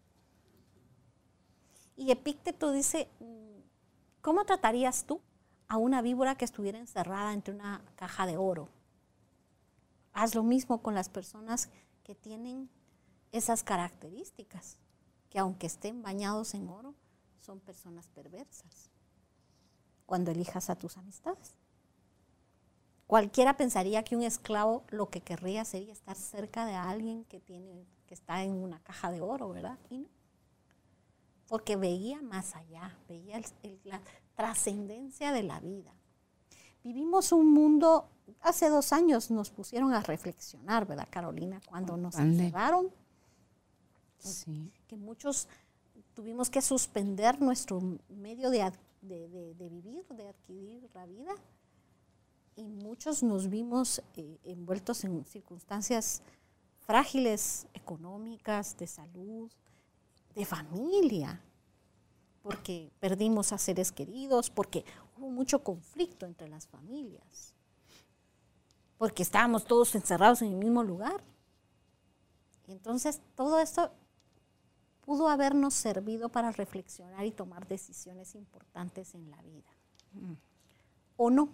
Y Epícteto dice, ¿cómo tratarías tú a una víbora que estuviera encerrada entre una caja de oro? Haz lo mismo con las personas que tienen esas características, que aunque estén bañados en oro, son personas perversas. Cuando elijas a tus amistades. Cualquiera pensaría que un esclavo lo que querría sería estar cerca de alguien que está en una caja de oro, ¿verdad? Y no. Porque veía más allá, veía la trascendencia de la vida. Vivimos un mundo, hace 2 años nos pusieron a reflexionar, ¿verdad, Carolina? Cuando nos encerraron, sí, que muchos tuvimos que suspender nuestro medio de vivir, de adquirir la vida, y muchos nos vimos envueltos en circunstancias frágiles, económicas, de salud, de familia, porque perdimos a seres queridos, porque hubo mucho conflicto entre las familias, porque estábamos todos encerrados en el mismo lugar. Y entonces todo esto pudo habernos servido para reflexionar y tomar decisiones importantes en la vida. ¿O no?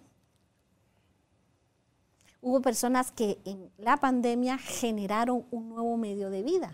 Hubo personas que en la pandemia generaron un nuevo medio de vida.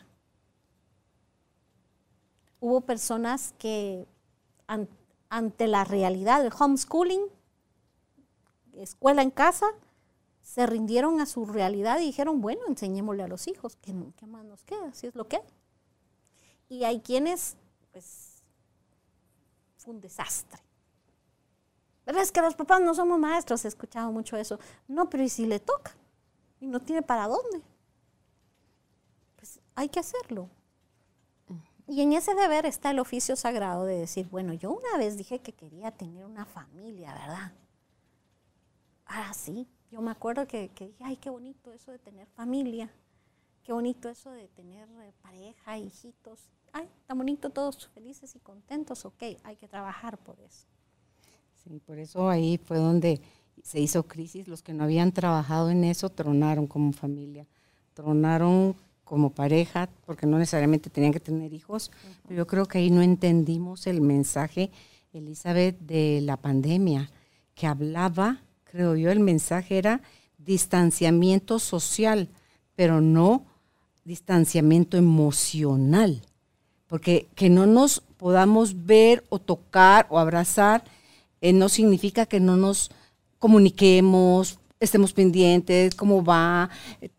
Hubo personas que ante la realidad del homeschooling, escuela en casa, se rindieron a su realidad y dijeron, bueno, enseñémosle a los hijos, ¿qué más nos queda? Si es lo que hay. Y hay quienes, pues, fue un desastre. ¿Verdad? Es que los papás no somos maestros, he escuchado mucho eso. No, pero ¿y si le toca? Y no tiene para dónde. Pues hay que hacerlo. Y en ese deber está el oficio sagrado de decir, bueno, yo una vez dije que quería tener una familia, ¿verdad? Ahora sí, yo me acuerdo que dije, ay, qué bonito eso de tener familia. Qué bonito eso de tener pareja, hijitos. Ay, tan bonito, todos felices y contentos. Ok, hay que trabajar por eso. Sí, por eso ahí fue donde se hizo crisis. Los que no habían trabajado en eso tronaron como familia, tronaron como pareja, porque no necesariamente tenían que tener hijos. Pero yo creo que ahí no entendimos el mensaje, Elizabeth, de la pandemia, que hablaba, creo yo, el mensaje era distanciamiento social, pero no distanciamiento emocional, porque que no nos podamos ver o tocar o abrazar no significa que no nos comuniquemos, estemos pendientes, cómo va,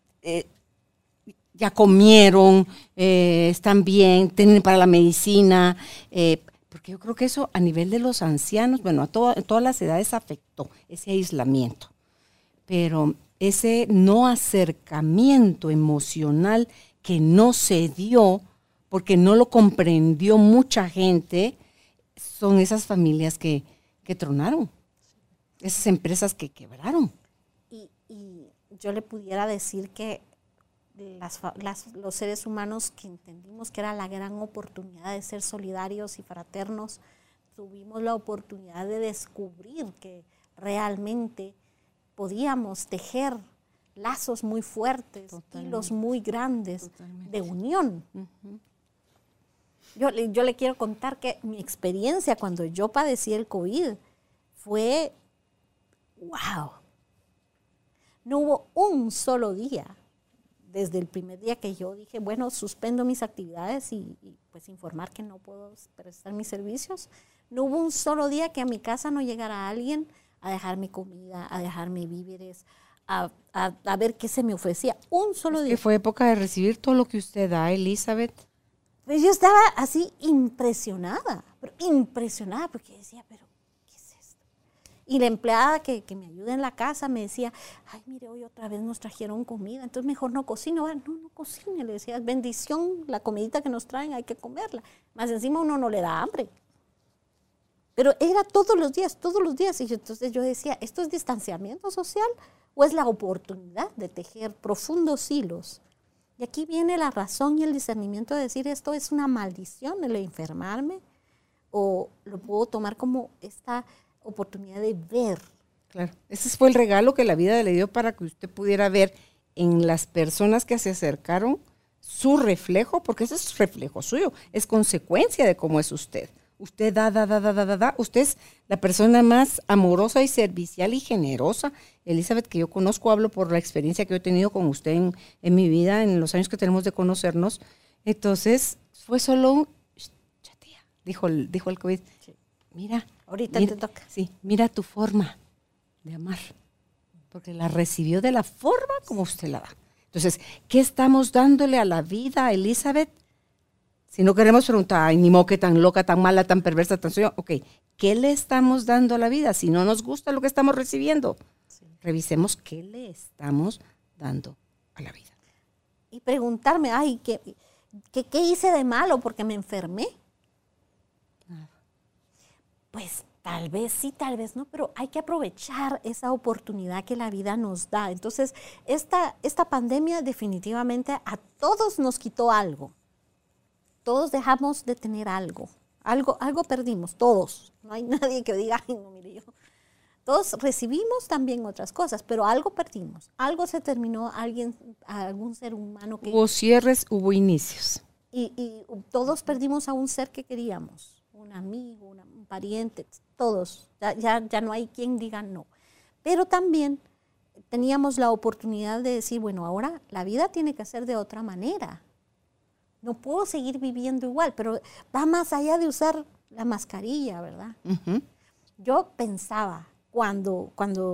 ya comieron, están bien, tienen para la medicina, porque yo creo que eso a nivel de los ancianos, bueno, a todas las edades afectó ese aislamiento, pero ese no acercamiento emocional que no se dio porque no lo comprendió mucha gente, son esas familias que tronaron, esas empresas que quebraron. Y yo le pudiera decir que los seres humanos que entendimos que era la gran oportunidad de ser solidarios y fraternos, tuvimos la oportunidad de descubrir que realmente podíamos tejer lazos muy fuertes, hilos muy grandes de unión. Uh-huh. Yo le quiero contar que mi experiencia cuando yo padecí el COVID fue, wow. No hubo un solo día, desde el primer día que yo dije, bueno, suspendo mis actividades y pues informar que no puedo prestar mis servicios. No hubo un solo día que a mi casa no llegara alguien a dejarme comida, a dejarme víveres, a ver qué se me ofrecía. Un solo día. Que fue época de recibir todo lo que usted da, Elizabeth. Pues yo estaba así impresionada, porque decía, pero ¿qué es esto? Y la empleada que me ayuda en la casa me decía, ay, mire, hoy otra vez nos trajeron comida, entonces mejor no cocino. No cocine, le decía, es bendición, la comidita que nos traen hay que comerla. Más encima uno no le da hambre. Pero era todos los días. Y entonces yo decía, ¿esto es distanciamiento social o es la oportunidad de tejer profundos hilos? Y aquí viene la razón y el discernimiento de decir, esto es una maldición el enfermarme, o lo puedo tomar como esta oportunidad de ver. Claro, ese fue el regalo que la vida le dio para que usted pudiera ver en las personas que se acercaron su reflejo, porque ese es reflejo suyo, es consecuencia de cómo es usted. Usted da. Usted es la persona más amorosa y servicial y generosa, Elizabeth, que yo conozco. Hablo por la experiencia que yo he tenido con usted en mi vida, en los años que tenemos de conocernos. Entonces, fue solo, tía, dijo el COVID. Sí. Mira. Ahorita te toca. Sí, mira tu forma de amar, porque la recibió de la forma como usted la da. Entonces, ¿qué estamos dándole a la vida, Elizabeth? Si no queremos preguntar, ay, ni modo que tan loca, tan mala, tan perversa, tan suya. Ok, ¿qué le estamos dando a la vida? Si no nos gusta lo que estamos recibiendo, sí, revisemos qué le estamos dando a la vida. Y preguntarme, ay, ¿qué hice de malo porque me enfermé? Nada. Pues tal vez sí, tal vez no, pero hay que aprovechar esa oportunidad que la vida nos da. Entonces, esta pandemia definitivamente a todos nos quitó algo. Todos dejamos de tener algo perdimos, todos. No hay nadie que diga, ay, no, mire yo. Todos recibimos también otras cosas, pero algo perdimos. Algo se terminó, algún ser humano que... Hubo cierres, hubo inicios. Y todos perdimos a un ser que queríamos, un amigo, un pariente, todos. Ya no hay quien diga no. Pero también teníamos la oportunidad de decir, bueno, ahora la vida tiene que ser de otra manera. No puedo seguir viviendo igual, pero va más allá de usar la mascarilla, ¿verdad? Uh-huh. Yo pensaba, cuando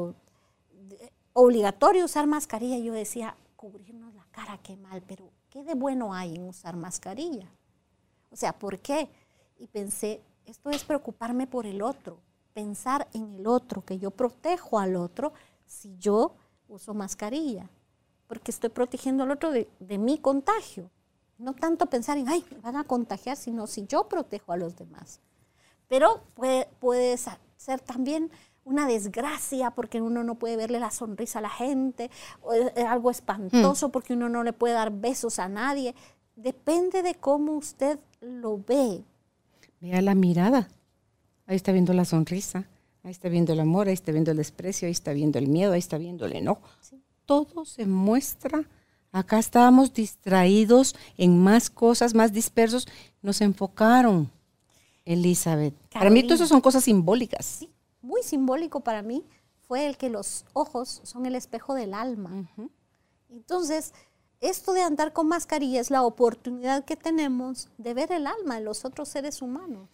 obligatorio usar mascarilla, yo decía, cubrirnos la cara, qué mal, pero ¿qué de bueno hay en usar mascarilla? O sea, ¿por qué? Y pensé, esto es preocuparme por el otro, pensar en el otro, que yo protejo al otro si yo uso mascarilla, porque estoy protegiendo al otro de mi contagio. No tanto pensar en, ay, me van a contagiar, sino si yo protejo a los demás. Pero puede ser también una desgracia porque uno no puede verle la sonrisa a la gente, o algo espantoso porque uno no le puede dar besos a nadie. Depende de cómo usted lo ve. Vea la mirada. Ahí está viendo la sonrisa, ahí está viendo el amor, ahí está viendo el desprecio, ahí está viendo el miedo, ahí está viendo el enojo. Sí. Todo se muestra. Acá estábamos distraídos en más cosas, más dispersos. Nos enfocaron, Elizabeth. Carolina. Para mí, todas esas son cosas simbólicas. Sí, muy simbólico para mí fue el que los ojos son el espejo del alma. Uh-huh. Entonces, esto de andar con mascarilla es la oportunidad que tenemos de ver el alma de los otros seres humanos.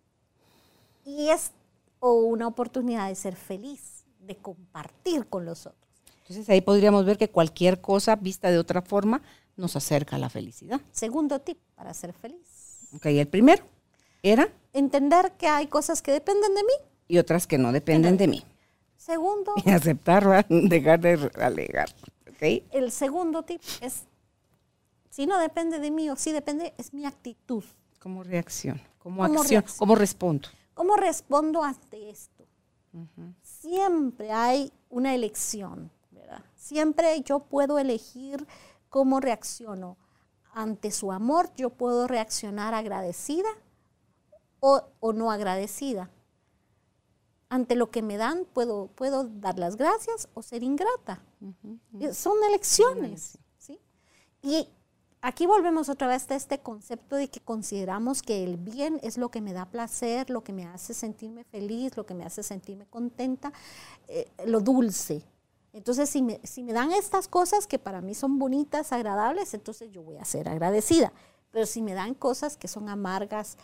Y es una oportunidad de ser feliz, de compartir con los otros. Entonces ahí podríamos ver que cualquier cosa vista de otra forma nos acerca a la felicidad. Segundo tip para ser feliz. Ok, el primero era... entender que hay cosas que dependen de mí. Y otras que no dependen de mí. Segundo... y aceptar, dejar de alegar. ¿Okay? El segundo tip es, si no depende de mí o si depende, es mi actitud. ¿Cómo reacciono? ¿Cómo acción? ¿Cómo respondo? ¿Cómo respondo ante esto? Uh-huh. Siempre hay una elección. Siempre yo puedo elegir cómo reacciono. Ante su amor yo puedo reaccionar agradecida o no agradecida. Ante lo que me dan puedo dar las gracias o ser ingrata. Uh-huh. Son elecciones. ¿Sí? Y aquí volvemos otra vez a este concepto de que consideramos que el bien es lo que me da placer, lo que me hace sentirme feliz, lo que me hace sentirme contenta, lo dulce. Entonces, si me dan estas cosas que para mí son bonitas, agradables, entonces yo voy a ser agradecida. Pero si me dan cosas que son amargas,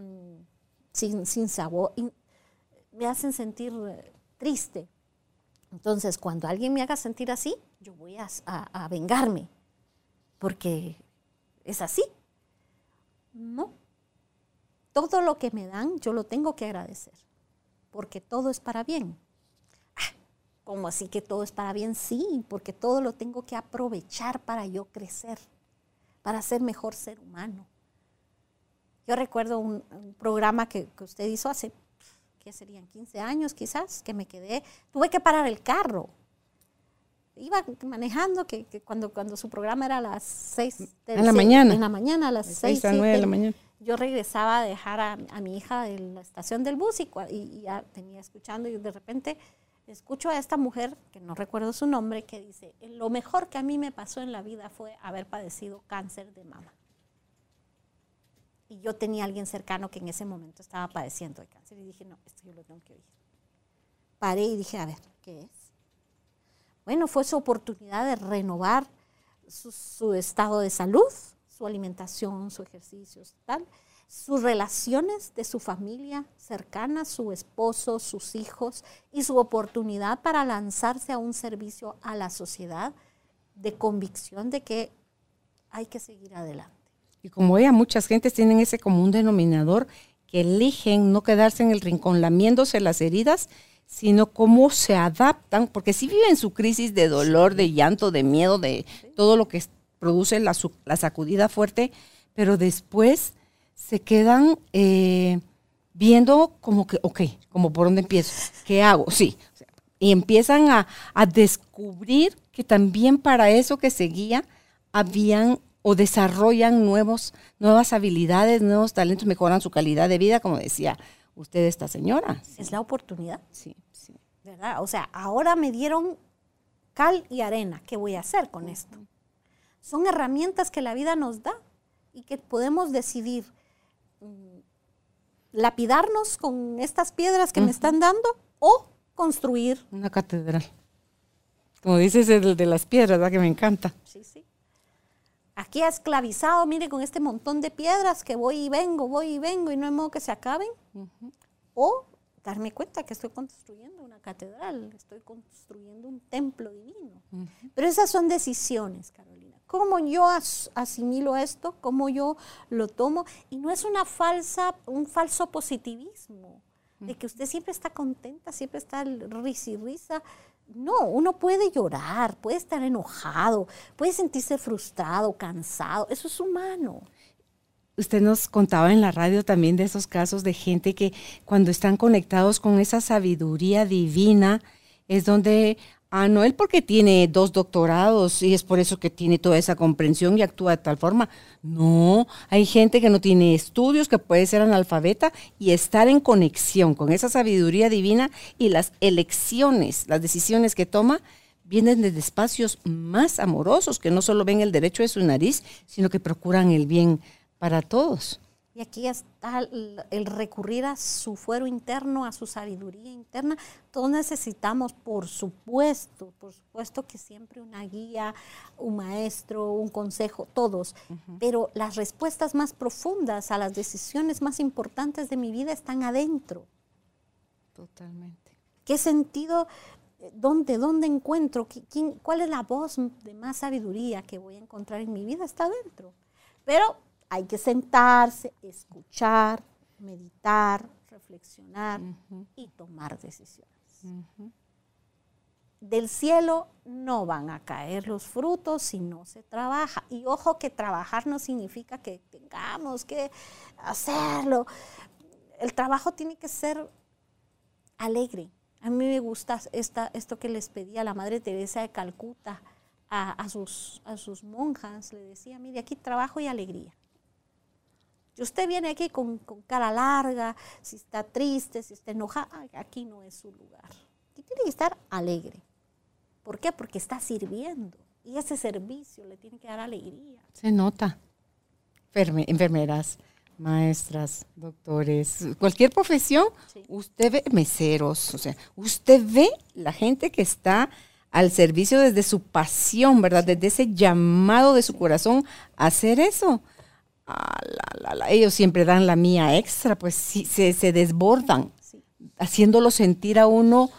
sin sabor, me hacen sentir triste, Entonces, cuando alguien me haga sentir así, yo voy a vengarme, porque es así. No. Todo lo que me dan, yo lo tengo que agradecer, porque todo es para bien. ¿Cómo así que todo es para bien? Sí, porque todo lo tengo que aprovechar para yo crecer, para ser mejor ser humano. Yo recuerdo un programa que usted hizo hace, ¿qué serían? 15 años quizás, que me quedé, tuve que parar el carro. Iba manejando, que cuando su programa era a las 6 de la mañana. En la mañana, a las 6 a 9 de la mañana. Yo regresaba a dejar a mi hija de la estación del bus y ya tenía escuchando y de repente escucho a esta mujer, que no recuerdo su nombre, que dice, lo mejor que a mí me pasó en la vida fue haber padecido cáncer de mama. Y yo tenía a alguien cercano que en ese momento estaba padeciendo de cáncer y dije, no, esto yo lo tengo que oír. Paré y dije, a ver, ¿qué es? Bueno, fue su oportunidad de renovar su estado de salud, su alimentación, su ejercicio, tal, sus relaciones de su familia cercana, su esposo, sus hijos y su oportunidad para lanzarse a un servicio a la sociedad de convicción de que hay que seguir adelante. Y como ella, muchas gentes tienen ese común denominador que eligen no quedarse en el rincón lamiéndose las heridas, sino cómo se adaptan, porque sí viven su crisis de dolor, de llanto, de miedo, de todo lo que produce la sacudida fuerte, pero después se quedan viendo como que, ok, como por dónde empiezo, ¿qué hago? Sí, y empiezan a descubrir que también para eso que seguía habían o desarrollan nuevas habilidades, nuevos talentos, mejoran su calidad de vida, como decía usted, esta señora. Sí. Es la oportunidad. Sí, sí. ¿Verdad? O sea, ahora me dieron cal y arena. ¿Qué voy a hacer con esto? Son herramientas que la vida nos da y que podemos decidir lapidarnos con estas piedras que me están dando o construir una catedral. Como dices, el de las piedras, ¿verdad? Que me encanta. Sí, sí. Aquí esclavizado, mire, con este montón de piedras que voy y vengo y no hay modo que se acaben. O darme cuenta que estoy construyendo una catedral, estoy construyendo un templo divino. Pero esas son decisiones, Carolina. ¿Cómo yo asimilo esto? ¿Cómo yo lo tomo? Y no es un falso positivismo, de que usted siempre está contenta, siempre está risa y risa. No, uno puede llorar, puede estar enojado, puede sentirse frustrado, cansado. Eso es humano. Usted nos contaba en la radio también de esos casos de gente que cuando están conectados con esa sabiduría divina es donde, no él porque tiene 2 doctorados y es por eso que tiene toda esa comprensión y actúa de tal forma. No, hay gente que no tiene estudios, que puede ser analfabeta y estar en conexión con esa sabiduría divina y las elecciones, las decisiones que toma vienen desde espacios más amorosos, que no solo ven el derecho de su nariz, sino que procuran el bien para todos. Y aquí está el recurrir a su fuero interno, a su sabiduría interna. Todos necesitamos, por supuesto que siempre una guía, un maestro, un consejo, todos. Pero las respuestas más profundas a las decisiones más importantes de mi vida están adentro. Totalmente. ¿Qué sentido? ¿Dónde encuentro? ¿Cuál es la voz de más sabiduría que voy a encontrar en mi vida? Está adentro. Pero hay que sentarse, escuchar, meditar, reflexionar y tomar decisiones. Del cielo no van a caer los frutos si no se trabaja. Y ojo que trabajar no significa que tengamos que hacerlo. El trabajo tiene que ser alegre. A mí me gusta esto que les pedía la Madre Teresa de Calcuta a sus monjas. Le decía, mire, aquí trabajo y alegría. Si usted viene aquí con cara larga, si está triste, si está enojado, aquí no es su lugar. Aquí tiene que estar alegre. ¿Por qué? Porque está sirviendo. Y ese servicio le tiene que dar alegría. Se nota. Enfermeras, maestras, doctores, cualquier profesión, sí. Usted ve meseros, o sea, usted ve la gente que está al servicio desde su pasión, ¿verdad? Desde ese llamado de su corazón a hacer eso. Ellos siempre dan la mía extra, pues sí, se desbordan, sí. Haciéndolo sentir a uno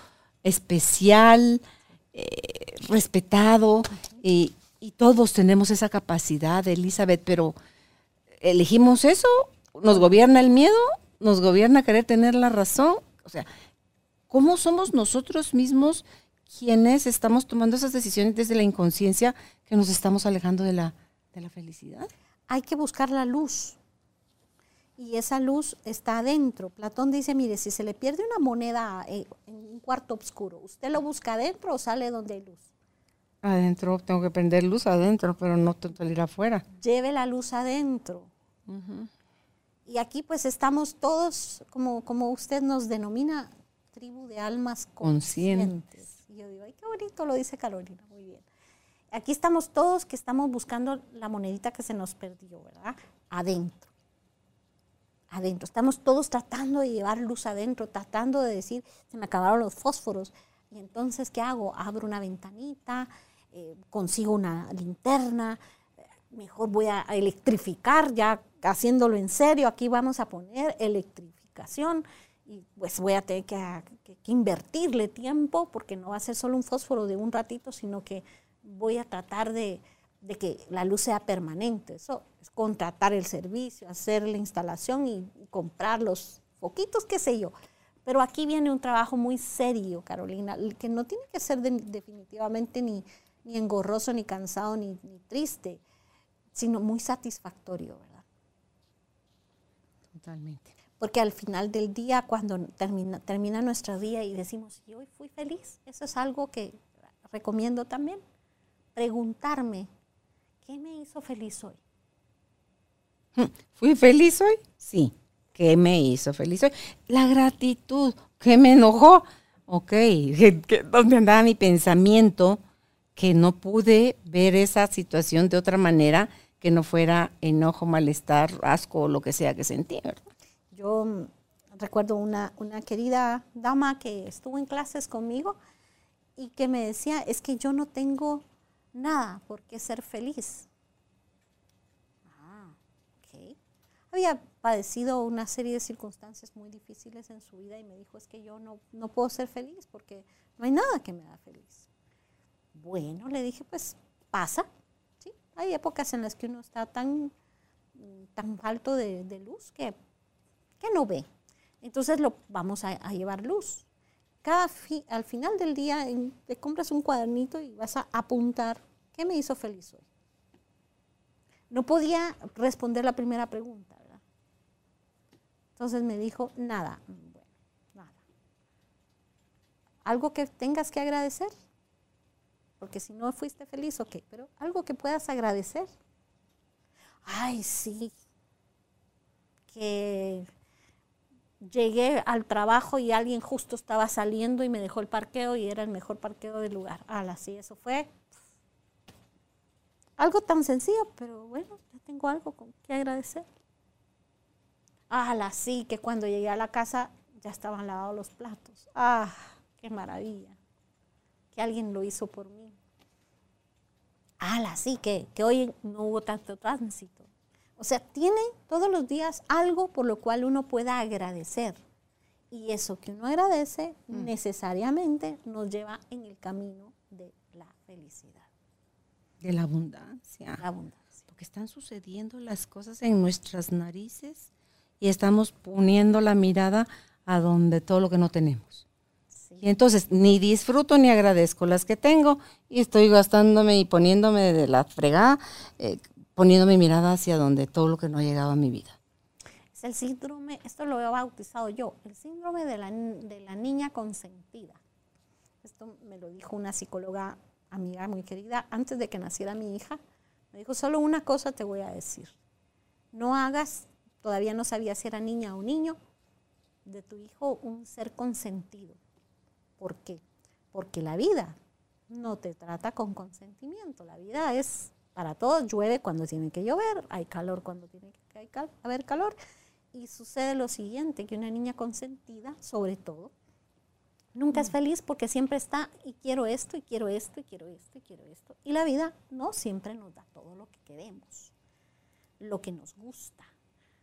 especial, respetado, y todos tenemos esa capacidad, Elizabeth, pero elegimos eso, nos gobierna el miedo, nos gobierna querer tener la razón. O sea, ¿cómo somos nosotros mismos quienes estamos tomando esas decisiones desde la inconsciencia que nos estamos alejando de la felicidad? Hay que buscar la luz. Y esa luz está adentro. Platón dice, mire, si se le pierde una moneda en un cuarto oscuro, ¿usted lo busca adentro o sale donde hay luz? Adentro, tengo que prender luz adentro, pero no salir afuera. Lleve la luz adentro. Uh-huh. Y aquí pues estamos todos, como usted nos denomina, tribu de almas conscientes. Y yo digo, ay, qué bonito lo dice Carolina, muy bien. Aquí estamos todos que estamos buscando la monedita que se nos perdió, ¿verdad? Adentro. Adentro. Estamos todos tratando de llevar luz adentro, tratando de decir, se me acabaron los fósforos. Y entonces, ¿qué hago? Abro una ventanita, consigo una linterna, mejor voy a electrificar, ya haciéndolo en serio, aquí vamos a poner electrificación y pues voy a tener que invertirle tiempo porque no va a ser solo un fósforo de un ratito, sino que voy a tratar de que la luz sea permanente. Eso es contratar el servicio, hacer la instalación y comprar los foquitos, qué sé yo. Pero aquí viene un trabajo muy serio, Carolina, que no tiene que ser definitivamente ni engorroso, ni cansado, ni triste, sino muy satisfactorio, ¿verdad? Totalmente. Porque al final del día, cuando termina nuestro día y decimos, yo hoy fui feliz, eso es algo que recomiendo también. Preguntarme, ¿qué me hizo feliz hoy? ¿Fui feliz hoy? Sí. ¿Qué me hizo feliz hoy? La gratitud. ¿Qué me enojó? Ok. ¿Dónde andaba mi pensamiento? Que no pude ver esa situación de otra manera que no fuera enojo, malestar, asco o lo que sea que sentí, ¿verdad? Yo recuerdo una querida dama que estuvo en clases conmigo y que me decía, es que yo no tengo nada por qué ser feliz. Ok. Había padecido una serie de circunstancias muy difíciles en su vida y me dijo, es que yo no puedo ser feliz porque no hay nada que me da feliz. Bueno, le dije, pues pasa, ¿sí? Hay épocas en las que uno está tan falto de luz que no ve. Entonces vamos a llevar luz. Al final del día te compras un cuadernito y vas a apuntar qué me hizo feliz hoy. No podía responder la primera pregunta, ¿verdad? Entonces me dijo, nada. Bueno, nada. ¿Algo que tengas que agradecer? Porque si no fuiste feliz, ok, pero algo que puedas agradecer. Ay, sí, que llegué al trabajo y alguien justo estaba saliendo y me dejó el parqueo y era el mejor parqueo del lugar. Sí, eso fue algo tan sencillo, pero bueno, ya tengo algo con que agradecer. Sí, que cuando llegué a la casa ya estaban lavados los platos. Qué maravilla. Que alguien lo hizo por mí. Sí, que hoy no hubo tanto tránsito. O sea, tiene todos los días algo por lo cual uno pueda agradecer. Y eso que uno agradece necesariamente nos lleva en el camino de la felicidad. De la abundancia. La abundancia. Porque están sucediendo las cosas en nuestras narices y estamos poniendo la mirada a donde todo lo que no tenemos. Y entonces ni disfruto ni agradezco las que tengo y estoy gastándome y poniéndome de la fregada, poniendo mi mirada hacia donde todo lo que no ha llegado a mi vida. Es el síndrome, esto lo he bautizado yo, el síndrome de la niña consentida. Esto me lo dijo una psicóloga amiga muy querida antes de que naciera mi hija. Me dijo, solo una cosa te voy a decir. No hagas, todavía no sabía si era niña o niño, de tu hijo un ser consentido. ¿Por qué? Porque la vida no te trata con consentimiento. La vida es para todos, llueve cuando tiene que llover, hay calor cuando tiene que haber calor. Y sucede lo siguiente, que una niña consentida, sobre todo, nunca es feliz porque siempre está y quiero esto, y quiero esto, y quiero esto, y quiero esto. Y la vida no siempre nos da todo lo que queremos, lo que nos gusta,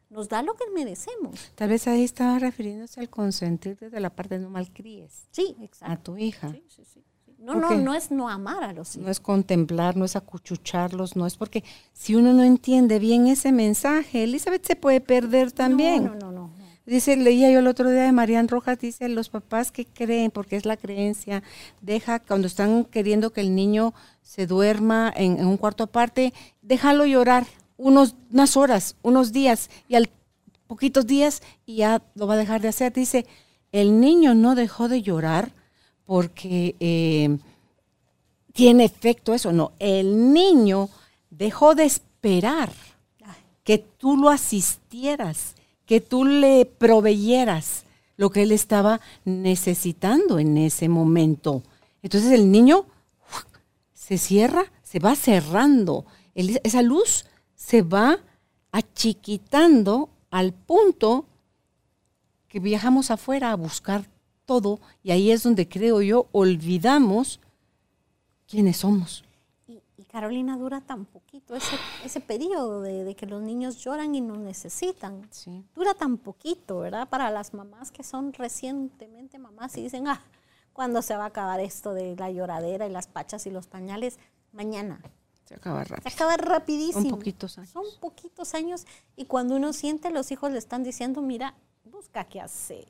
nos da lo que merecemos. Tal vez ahí estaba refiriéndose al consentir desde la parte de no malcríes Sí, exacto. a tu hija. Sí. No es no amar a los hijos. No es contemplar, no es acuchucharlos, no es porque si uno no entiende bien ese mensaje, Elizabeth se puede perder también. No. Dice, leía yo el otro día de Marian Rojas, dice, los papás que creen, porque es la creencia, cuando están queriendo que el niño se duerma en un cuarto aparte, déjalo llorar unas horas, unos días, y al poquitos días y ya lo va a dejar de hacer. Dice, el niño no dejó de llorar porque tiene efecto eso, no, el niño dejó de esperar que tú lo asistieras, que tú le proveyeras lo que él estaba necesitando en ese momento. Entonces el niño se cierra, se va cerrando, esa luz se va achiquitando al punto que viajamos afuera a buscar todo, y ahí es donde creo yo olvidamos quiénes somos. Y Carolina, dura tan poquito ese periodo de que los niños lloran y nos necesitan. Sí. Dura tan poquito, ¿verdad? Para las mamás que son recientemente mamás y dicen, ¿cuándo se va a acabar esto de la lloradera y las pachas y los pañales? Mañana. Se acaba rápido. Se acaba rapidísimo. Son poquitos años. Son poquitos años, y cuando uno siente, los hijos le están diciendo, mira, busca qué hacer.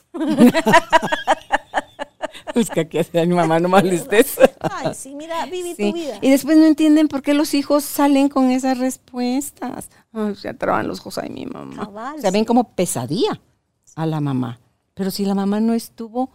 Busca qué hacer, mi mamá, no molestes. Ay, sí, mira, viví tu vida. Y después no entienden por qué los hijos salen con esas respuestas. Ay, se atraban los ojos, ay, mi mamá. Cabal, o sea, ven sí. como pesadilla a la mamá. Pero si la mamá no estuvo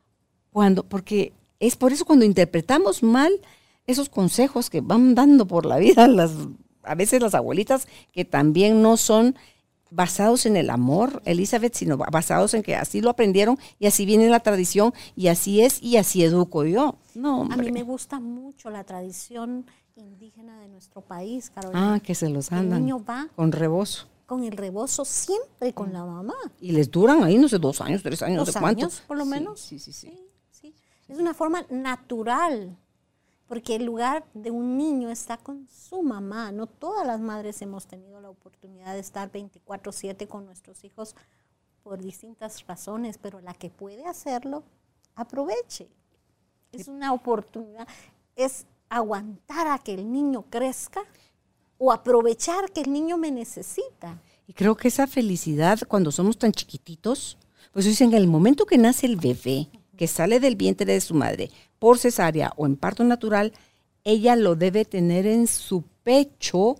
porque es por eso cuando interpretamos mal esos consejos que van dando por la vida a veces las abuelitas, que también no son basados en el amor, Elizabeth, sino basados en que así lo aprendieron y así viene la tradición y así es y así educo yo. No, hombre. A mí me gusta mucho la tradición indígena de nuestro país, Carolina. Que se los El andan niño va con rebozo. con el rebozo siempre con la mamá. Y les duran ahí, no sé, 2 años, 3 años, no sé cuánto. 2 años, por lo menos. Sí. Sí. Es una forma natural, porque el lugar de un niño está con su mamá. No todas las madres hemos tenido la oportunidad de estar 24/7 con nuestros hijos por distintas razones, pero la que puede hacerlo, aproveche. Es una oportunidad, es aguantar a que el niño crezca o aprovechar que el niño me necesita. Y creo que esa felicidad, cuando somos tan chiquititos, pues dicen, en el momento que nace el bebé, que sale del vientre de su madre por cesárea o en parto natural, ella lo debe tener en su pecho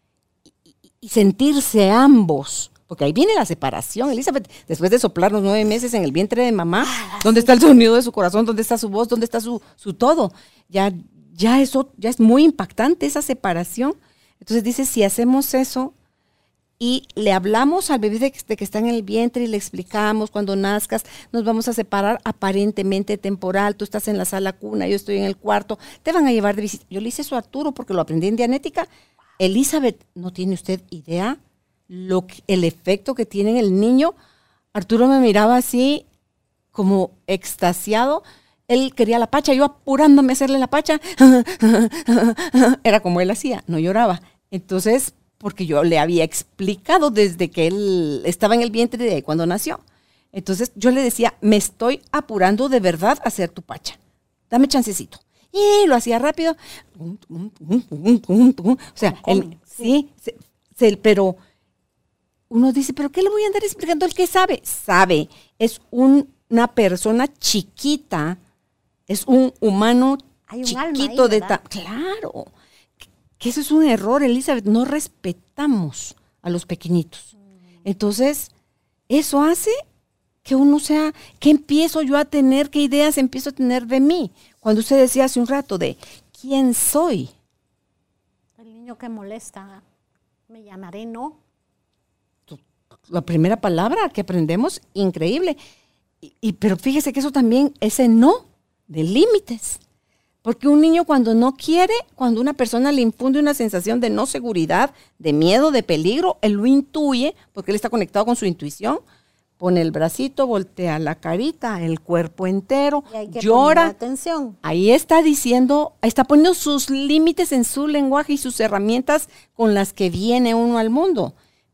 y sentirse ambos. Porque ahí viene la separación, Elizabeth, después de soplarnos 9 meses en el vientre de mamá, ¿dónde está el sonido de su corazón? ¿Dónde está su voz? ¿Dónde está su todo? Ya es muy impactante esa separación. Entonces dice, si hacemos eso y le hablamos al bebé de que está en el vientre y le explicamos, cuando nazcas nos vamos a separar aparentemente temporal, tú estás en la sala cuna, yo estoy en el cuarto, te van a llevar de visita. Yo le hice eso a Arturo porque lo aprendí en Dianética. Elizabeth, no tiene usted idea el efecto que tiene en el niño. Arturo me miraba así como extasiado. Él quería la pacha, yo apurándome a hacerle la pacha. Era como él hacía, no lloraba. Entonces, porque yo le había explicado desde que él estaba en el vientre de cuando nació. Entonces yo le decía, me estoy apurando de verdad a hacer tu pacha. Dame chancecito. Y lo hacía rápido. O sea, pero uno dice, ¿pero qué le voy a andar explicando? El que sabe, es una persona chiquita, es un humano chiquito ahí, de ¿verdad? Claro, que eso es un error, Elizabeth, no respetamos a los pequeñitos. Entonces, eso hace que uno sea, ¿qué empiezo yo a tener? ¿Qué ideas empiezo a tener de mí? Cuando usted decía hace un rato de, ¿quién soy? El niño que molesta, me llamaré no. La primera palabra que aprendemos, increíble. Pero fíjese que eso también, ese no, de límites. Porque un niño cuando no quiere, cuando una persona le infunde una sensación de no seguridad, de miedo, de peligro, él lo intuye, porque él está conectado con su intuición, pone el bracito, voltea la carita, el cuerpo entero, Y hay que llora. poner atención. Ahí está diciendo, está poniendo sus límites en su lenguaje y sus herramientas con las que viene uno al mundo.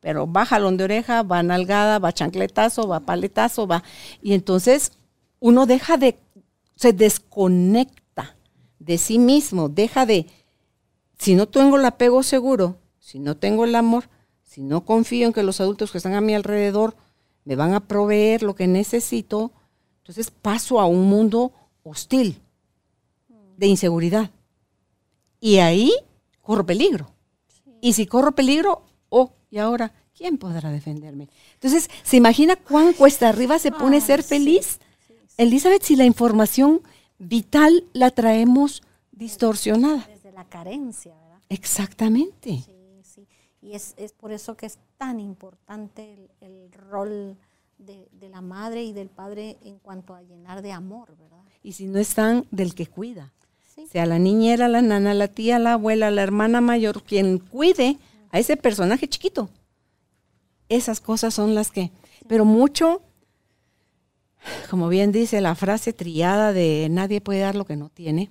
pero va jalón de oreja, va nalgada, va chancletazo, va paletazo, va. Y entonces uno se desconecta de sí mismo, si no tengo el apego seguro, si no tengo el amor, si no confío en que los adultos que están a mi alrededor me van a proveer lo que necesito, entonces paso a un mundo hostil, de inseguridad. Y ahí corro peligro. Sí. Y si corro peligro, ¿y ahora quién podrá defenderme? Entonces, ¿se imagina cuán cuesta arriba se pone ser feliz? Sí. Elizabeth, si la información vital la traemos distorsionada. Desde la carencia, ¿verdad? Exactamente. Sí. Y es por eso que es tan importante el rol de la madre y del padre en cuanto a llenar de amor, ¿verdad? Y si no están, del que cuida. Sí. Sea la niñera, la nana, la tía, la abuela, la hermana mayor, quien cuide a ese personaje chiquito. Esas cosas son las que... Sí. Pero mucho, como bien dice la frase trillada de nadie puede dar lo que no tiene.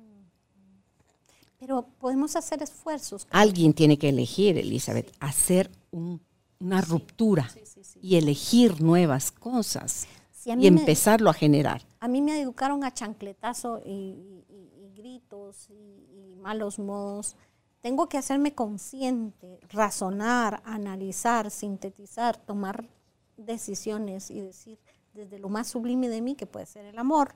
Pero podemos hacer esfuerzos. Alguien tiene que elegir, Elizabeth, hacer una ruptura y elegir nuevas cosas y empezarlo a generar. A mí me educaron a chancletazo y gritos y malos modos. Tengo que hacerme consciente, razonar, analizar, sintetizar, tomar decisiones y decir desde lo más sublime de mí, que puede ser el amor,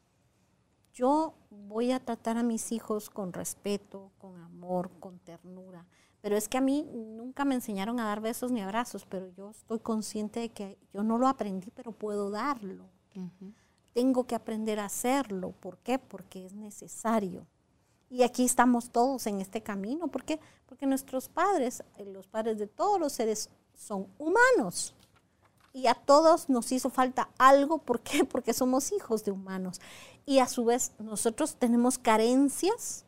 yo voy a tratar a mis hijos con respeto, con amor, con ternura. Pero es que a mí nunca me enseñaron a dar besos ni abrazos, pero yo estoy consciente de que yo no lo aprendí, pero puedo darlo. Uh-huh. Tengo que aprender a hacerlo. ¿Por qué? Porque es necesario. Y aquí estamos todos en este camino. ¿Por qué? Porque nuestros padres, los padres de todos los seres, son humanos. Y a todos nos hizo falta algo. ¿Por qué? Porque somos hijos de humanos. Y a su vez nosotros tenemos carencias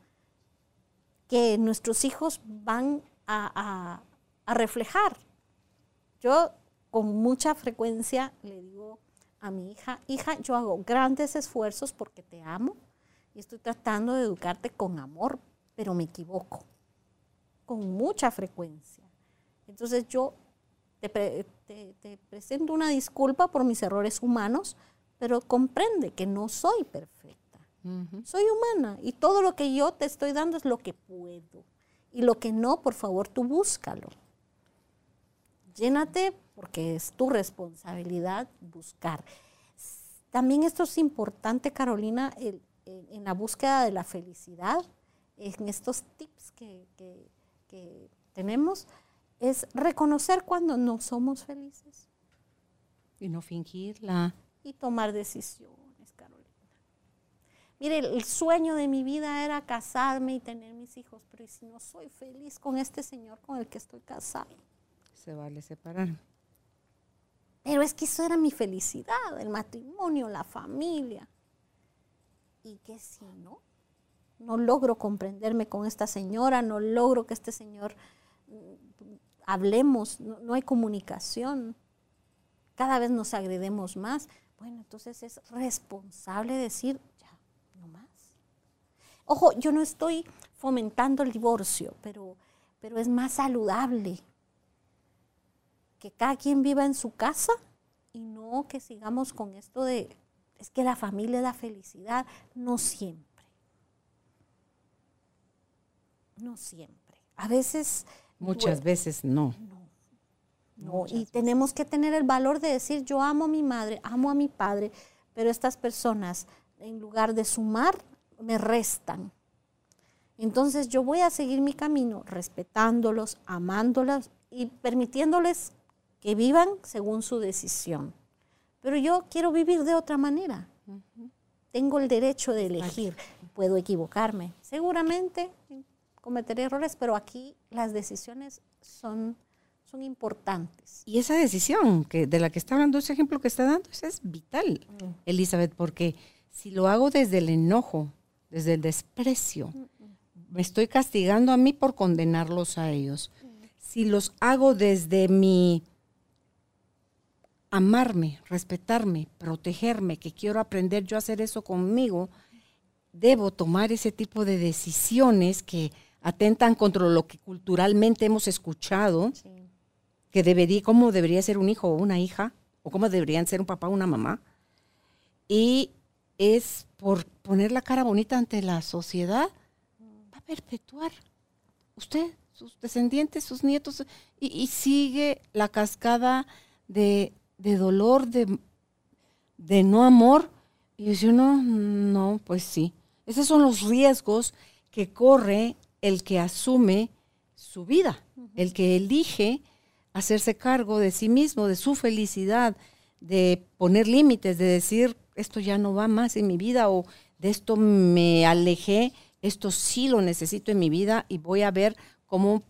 que nuestros hijos van a reflejar. Yo con mucha frecuencia le digo a mi hija, yo hago grandes esfuerzos porque te amo y estoy tratando de educarte con amor, pero me equivoco con mucha frecuencia. Entonces yo te presento una disculpa por mis errores humanos, pero comprende que no soy perfecta. Uh-huh. Soy humana y todo lo que yo te estoy dando es lo que puedo. Y lo que no, por favor, tú búscalo. Llénate porque es tu responsabilidad buscar. También esto es importante, Carolina, en la búsqueda de la felicidad, en estos tips que tenemos, es reconocer cuando no somos felices. Y no fingirla. Y tomar decisiones, Carolina. Mire, el sueño de mi vida era casarme y tener mis hijos, pero ¿y si no soy feliz con este señor con el que estoy casada? Se vale separar. Pero es que eso era mi felicidad, el matrimonio, la familia. ¿Y qué si no? No logro comprenderme con esta señora, no logro que este señor hablemos, no hay comunicación. Cada vez nos agredemos más. Bueno, entonces es responsable decir, ya, no más. Ojo, yo no estoy fomentando el divorcio, pero es más saludable que cada quien viva en su casa y no que sigamos con esto de, es que la familia da felicidad. No siempre. No siempre. A veces... Muchas veces no. No, y tenemos que tener el valor de decir, yo amo a mi madre, amo a mi padre, pero estas personas, en lugar de sumar, me restan. Entonces yo voy a seguir mi camino respetándolos, amándolos y permitiéndoles que vivan según su decisión. Pero yo quiero vivir de otra manera. Uh-huh. Tengo el derecho de elegir. Puedo equivocarme. Seguramente cometeré errores, pero aquí las decisiones son importantes. Y esa decisión de la que está hablando, ese ejemplo que está dando, ese es vital, Elizabeth, porque si lo hago desde el enojo, desde el desprecio, me estoy castigando a mí por condenarlos a ellos. Si los hago desde mi amarme, respetarme, protegerme, que quiero aprender yo a hacer eso conmigo, debo tomar ese tipo de decisiones que atentan contra lo que culturalmente hemos escuchado. Sí. cómo debería ser un hijo o una hija, o cómo deberían ser un papá o una mamá. Y es por poner la cara bonita ante la sociedad, va a perpetuar usted, sus descendientes, sus nietos, y sigue la cascada de dolor, de no amor. Y dice uno, no, pues sí. Esos son los riesgos que corre el que asume su vida, el que elige hacerse cargo de sí mismo, de su felicidad, de poner límites, de decir, esto ya no va más en mi vida, o de esto me alejé, esto sí lo necesito en mi vida y voy a ver cómo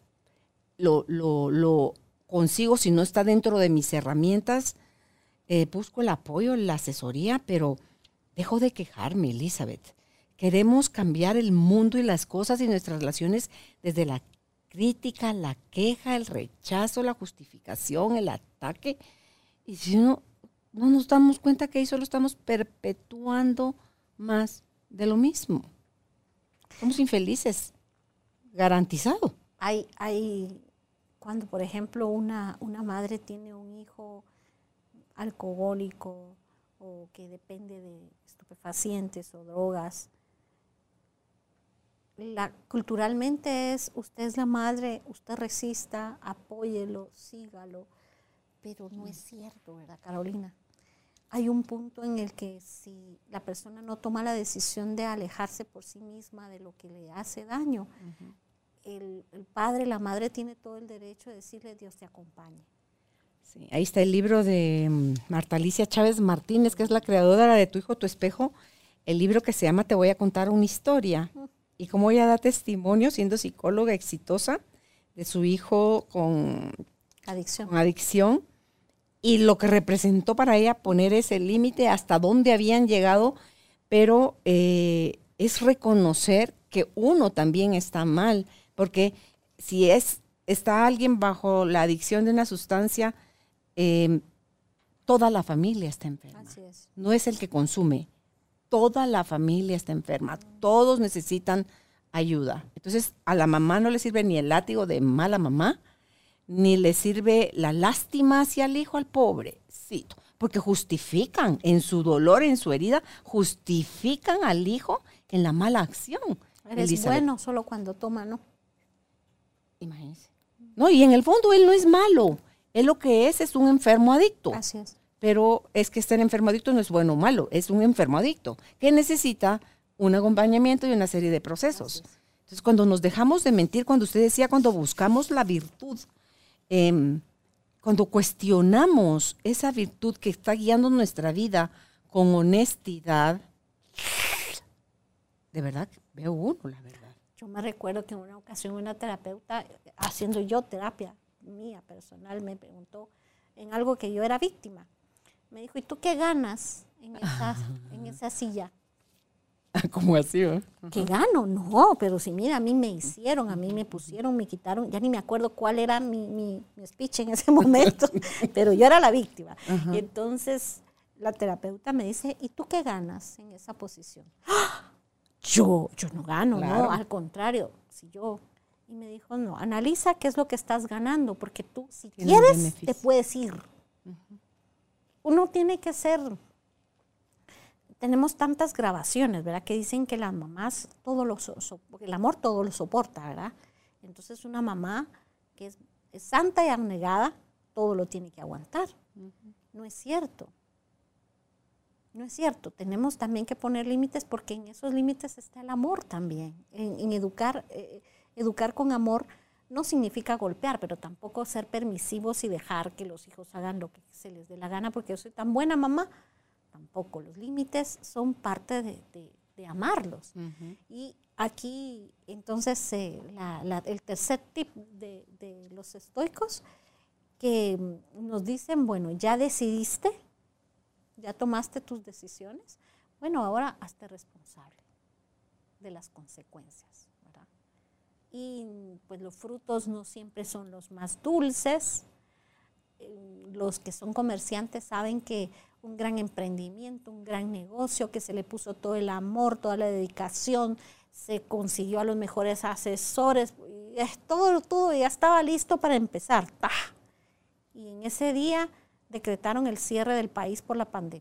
lo consigo si no está dentro de mis herramientas. Busco el apoyo, la asesoría, pero dejo de quejarme, Elizabeth. Queremos cambiar el mundo y las cosas y nuestras relaciones desde la crítica, la queja, el rechazo, la justificación, el ataque. Y si no nos damos cuenta que ahí solo estamos perpetuando más de lo mismo. Somos infelices, garantizado. Cuando, por ejemplo, una madre tiene un hijo alcohólico o que depende de estupefacientes o drogas, culturalmente usted es la madre, usted resista, apóyelo, sígalo, pero no es cierto, ¿verdad, Carolina? Hay un punto en el que si la persona no toma la decisión de alejarse por sí misma de lo que le hace daño, el padre, la madre tiene todo el derecho de decirle, Dios te acompañe. Sí, ahí está el libro de Marta Alicia Chávez Martínez, que es la creadora de Tu hijo, tu espejo, el libro que se llama Te voy a contar una historia, y cómo ella da testimonio, siendo psicóloga exitosa, de su hijo con adicción, y lo que representó para ella poner ese límite, hasta dónde habían llegado, pero es reconocer que uno también está mal, porque si está alguien bajo la adicción de una sustancia, toda la familia está enferma. Así es. No es el que consume, toda la familia está enferma, todos necesitan ayuda. Entonces a la mamá no le sirve ni el látigo de mala mamá, ni le sirve la lástima hacia el hijo, al pobrecito, porque justifican en su dolor, en su herida, justifican al hijo en la mala acción. Eres Elizabeth. bueno solo cuando toma, ¿no? Imagínense. No, y en el fondo él no es malo, él lo que es un enfermo adicto. Así es. Pero es que estar enfermo adicto no es bueno o malo, es un enfermo adicto que necesita un acompañamiento y una serie de procesos. Entonces, cuando nos dejamos de mentir, cuando usted decía, cuando buscamos la virtud, cuando cuestionamos esa virtud que está guiando nuestra vida con honestidad, de verdad veo uno, la verdad. Yo me recuerdo que en una ocasión una terapeuta, haciendo yo terapia mía personal, me preguntó en algo que yo era víctima. Me dijo, ¿y tú qué ganas en esa silla? ¿Cómo así? ¿Qué gano? No, pero si mira, a mí me hicieron, a mí me pusieron, me quitaron, ya ni me acuerdo cuál era mi speech en ese momento, pero yo era la víctima. Y entonces la terapeuta me dice, ¿y tú qué ganas en esa posición? ¡Ah! Yo no gano, claro. No, al contrario, si yo... Y me dijo, no, analiza qué es lo que estás ganando, porque tú, si quieres, te puedes ir. Uno tiene que ser... Tenemos tantas grabaciones, ¿verdad? Que dicen que las mamás, el amor todo lo soporta, ¿verdad? Entonces una mamá que es santa y abnegada, todo lo tiene que aguantar. No es cierto. No es cierto. Tenemos también que poner límites, porque en esos límites está el amor también. En educar con amor no significa golpear, pero tampoco ser permisivos y dejar que los hijos hagan lo que se les dé la gana, porque yo soy tan buena mamá. Tampoco. Los límites son parte de amarlos. Y aquí, entonces, el tercer tip de los estoicos, que nos dicen, bueno, ya decidiste, ya tomaste tus decisiones, bueno, ahora hazte responsable de las consecuencias, ¿verdad? Y pues los frutos no siempre son los más dulces. Los que son comerciantes saben que un gran emprendimiento, un gran negocio, que se le puso todo el amor, toda la dedicación, se consiguió a los mejores asesores, todo ya estaba listo para empezar. ¡Tah! ese día decretaron el cierre del país por la pandemia.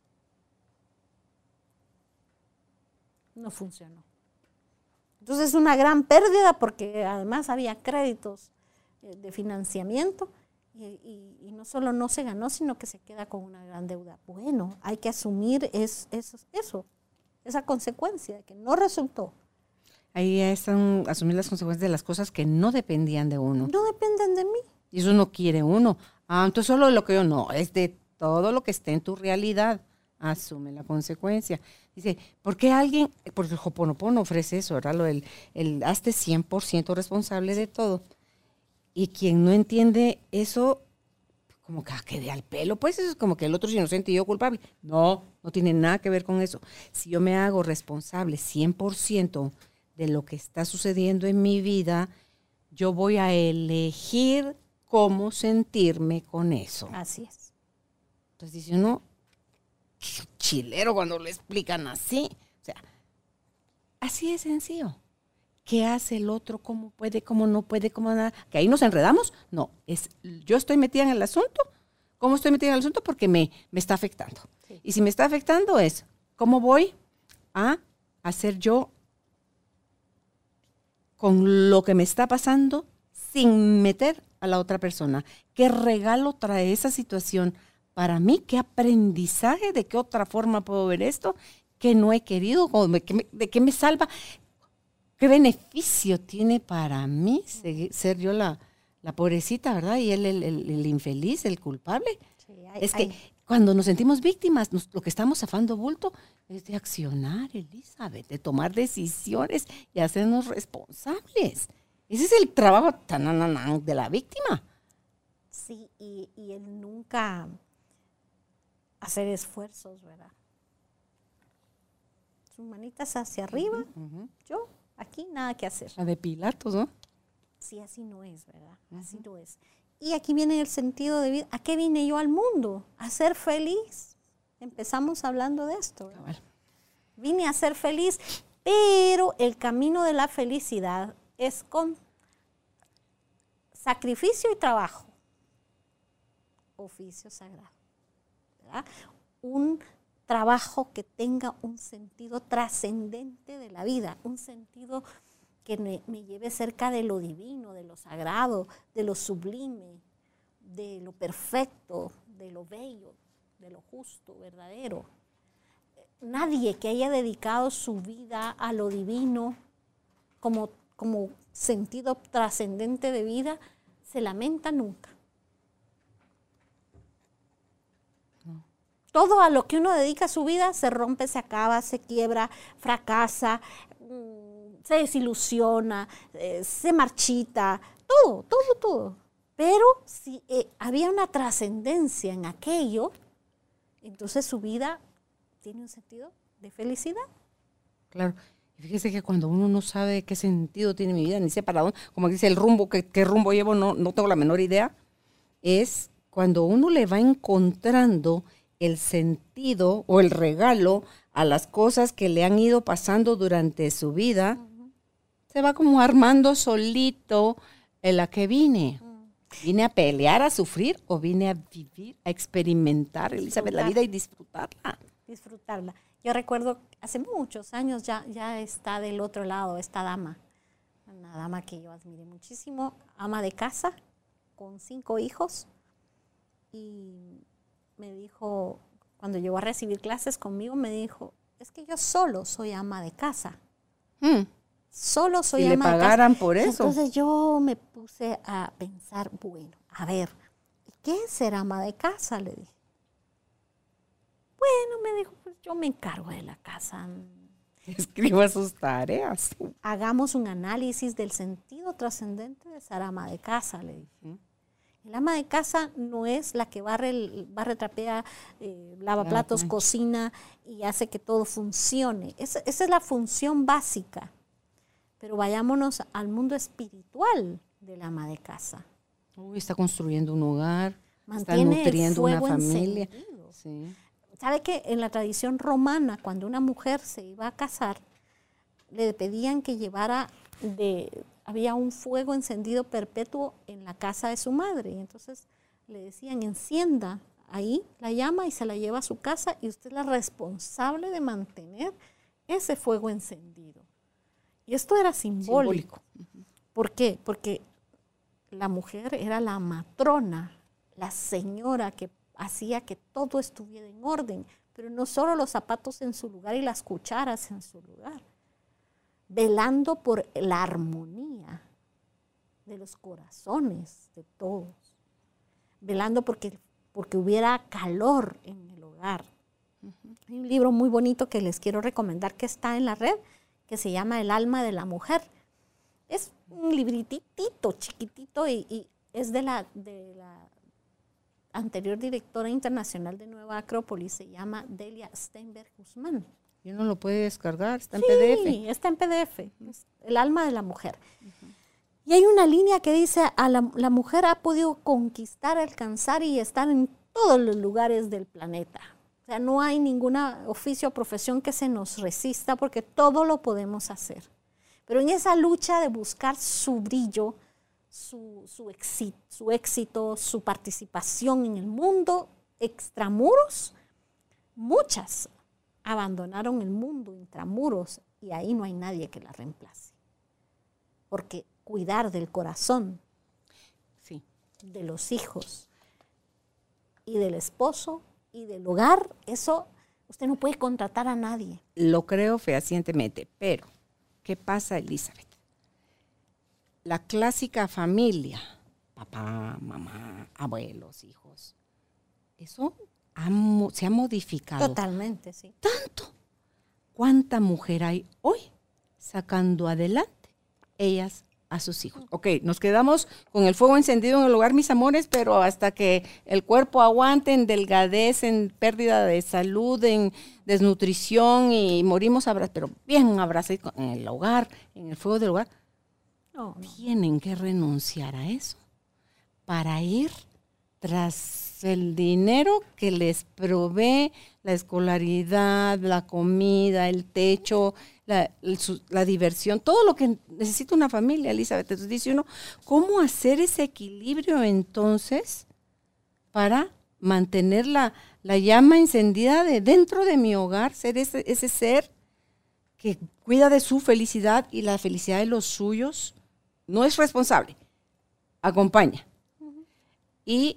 No funcionó. Entonces es una gran pérdida porque además había créditos de financiamiento y no solo no se ganó, sino que se queda con una gran deuda. Bueno, hay que asumir esa consecuencia de que no resultó. Ahí están asumir las consecuencias de las cosas que no dependían de uno. No dependen de mí. Y eso no quiere uno. Entonces solo de lo que yo no, es de todo lo que esté en tu realidad. Asume la consecuencia. Dice, ¿por qué alguien, porque el Ho'oponopono ofrece eso, ¿verdad? El hazte 100% responsable de todo. Y quien no entiende eso, como que dé al pelo, pues eso es como que el otro es inocente y yo culpable. No tiene nada que ver con eso. Si yo me hago responsable 100% de lo que está sucediendo en mi vida, yo voy a elegir cómo sentirme con eso. Así es. Entonces dice uno, chilero cuando lo explican así. O sea, así es sencillo. ¿Qué hace el otro? ¿Cómo puede? ¿Cómo no puede? ¿Cómo nada? ¿Que ahí nos enredamos? No, yo estoy metida en el asunto. ¿Cómo estoy metida en el asunto? Porque me está afectando. Sí. Y si me está afectando es, ¿cómo voy a hacer yo con lo que me está pasando sin meter a la otra persona? ¿Qué regalo trae esa situación para mí? ¿Qué aprendizaje? ¿De qué otra forma puedo ver esto? ¿Qué no he querido? ¿De qué me salva? ¿Qué beneficio tiene para mí ser yo la pobrecita, verdad? Y él el infeliz, el culpable. Sí, que cuando nos sentimos víctimas, lo que estamos zafando bulto es de accionar, Elizabeth, de tomar decisiones y hacernos responsables. Ese es el trabajo de la víctima. Sí, y el nunca hacer esfuerzos, ¿verdad? Sus manitas hacia arriba, yo aquí nada que hacer. La de Pilatos, ¿no? Sí, así no es, ¿verdad? Así no es. Y aquí viene el sentido de vida. ¿A qué vine yo al mundo? A ser feliz. Empezamos hablando de esto, ¿verdad? Bueno. Vine a ser feliz, pero el camino de la felicidad es con sacrificio y trabajo. Oficio sagrado, ¿verdad? Un trabajo que tenga un sentido trascendente de la vida, un sentido que me lleve cerca de lo divino, de lo sagrado, de lo sublime, de lo perfecto, de lo bello, de lo justo, verdadero. Nadie que haya dedicado su vida a lo divino como sentido trascendente de vida se lamenta nunca. Todo a lo que uno dedica su vida se rompe, se acaba, se quiebra, fracasa, se desilusiona, se marchita, todo. Pero si había una trascendencia en aquello, entonces su vida tiene un sentido de felicidad. Claro. Y fíjese que cuando uno no sabe qué sentido tiene mi vida, ni sé para dónde, como dice el rumbo, qué rumbo llevo, no tengo la menor idea, es cuando uno le va encontrando el sentido o el regalo a las cosas que le han ido pasando durante su vida, se va como armando solito en la que vine. ¿Vine a pelear, a sufrir o vine a vivir, a experimentar, Elizabeth, la vida y disfrutarla? Disfrutarla. Yo recuerdo hace muchos años ya está del otro lado esta dama, una dama que yo admiré muchísimo, ama de casa, con 5 hijos, y me dijo, cuando llegó a recibir clases conmigo, me dijo, es que yo solo soy ama de casa. Solo soy ama de casa. Si le pagaran por eso. Entonces yo me puse a pensar, bueno, a ver, ¿qué es ser ama de casa? Le dije. Bueno, me dijo, pues yo me encargo de la casa. Escriba sus tareas. Hagamos un análisis del sentido trascendente de ser ama de casa, le dije. El ama de casa no es la que barre, trapea, lava platos, cocina y hace que todo funcione. Esa es la función básica. Pero vayámonos al mundo espiritual del ama de casa. Está construyendo un hogar, mantiene está nutriendo una familia. Sí. ¿Sabe que en la tradición romana, cuando una mujer se iba a casar, le pedían que llevara había un fuego encendido perpetuo en la casa de su madre? Y entonces le decían, encienda ahí la llama y se la lleva a su casa y usted es la responsable de mantener ese fuego encendido. Y esto era simbólico. ¿Por qué? Porque la mujer era la matrona, la señora que hacía que todo estuviera en orden, pero no solo los zapatos en su lugar y las cucharas en su lugar, velando por la armonía de los corazones de todos, velando porque hubiera calor en el hogar. Hay un libro muy bonito que les quiero recomendar que está en la red, que se llama El alma de la mujer. Es un libritito chiquitito y es de la anterior directora internacional de Nueva Acrópolis, se llama Delia Steinberg Guzmán. Y uno lo puede descargar, está en PDF. Sí, está en PDF, es El alma de la mujer. Y hay una línea que dice, la mujer ha podido conquistar, alcanzar y estar en todos los lugares del planeta. O sea, no hay ninguna oficio o profesión que se nos resista porque todo lo podemos hacer. Pero en esa lucha de buscar su brillo, su éxito, su participación en el mundo extramuros, muchas abandonaron el mundo intramuros y ahí no hay nadie que la reemplace. Porque cuidar del corazón, sí, de los hijos y del esposo y del hogar, eso usted no puede contratar a nadie. Lo creo fehacientemente, pero ¿qué pasa, Elizabeth? La clásica familia, papá, mamá, abuelos, hijos, eso se ha modificado. Totalmente, sí. Tanto. ¿Cuánta mujer hay hoy sacando adelante ellas a sus hijos? Ok, nos quedamos con el fuego encendido en el hogar, mis amores, pero hasta que el cuerpo aguante en delgadez, en pérdida de salud, en desnutrición y morimos pero bien abrazados en el hogar, en el fuego del hogar. No. Tienen que renunciar a eso para ir tras el dinero que les provee la escolaridad, la comida, el techo, la diversión, todo lo que necesita una familia, Elizabeth. Entonces dice uno, ¿cómo hacer ese equilibrio entonces para mantener la llama encendida de dentro de mi hogar, ser ese ser que cuida de su felicidad y la felicidad de los suyos? No es responsable, acompaña. Y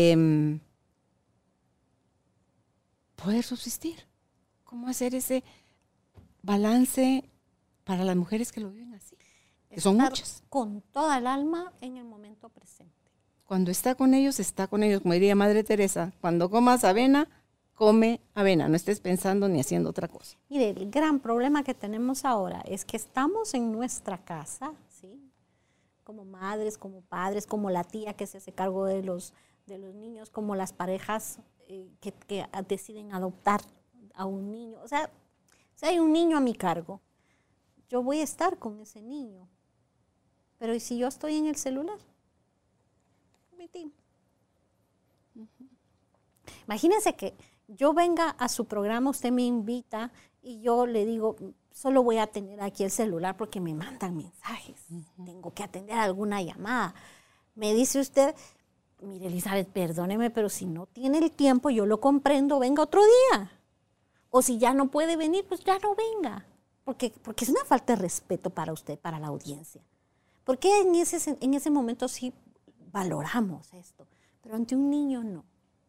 poder subsistir. ¿Cómo hacer ese balance para las mujeres que lo viven así? Que son muchas. Con toda el alma en el momento presente. Cuando está con ellos, como diría Madre Teresa, cuando comas avena, come avena, no estés pensando ni haciendo otra cosa. Mire, el gran problema que tenemos ahora es que estamos en nuestra casa, ¿sí? Como madres, como padres, como la tía que se hace cargo de los niños, como las parejas que deciden adoptar a un niño. O sea, si hay un niño a mi cargo, yo voy a estar con ese niño. Pero ¿y si yo estoy en el celular? Imagínense que yo venga a su programa, usted me invita y yo le digo, solo voy a atender aquí el celular porque me mandan mensajes. Tengo que atender alguna llamada. Me dice usted, mire, Elizabeth, perdóneme, pero si no tiene el tiempo, yo lo comprendo, venga otro día. O si ya no puede venir, pues ya no venga. Porque es una falta de respeto para usted, para la audiencia. Porque en ese momento sí valoramos esto, pero ante un niño no.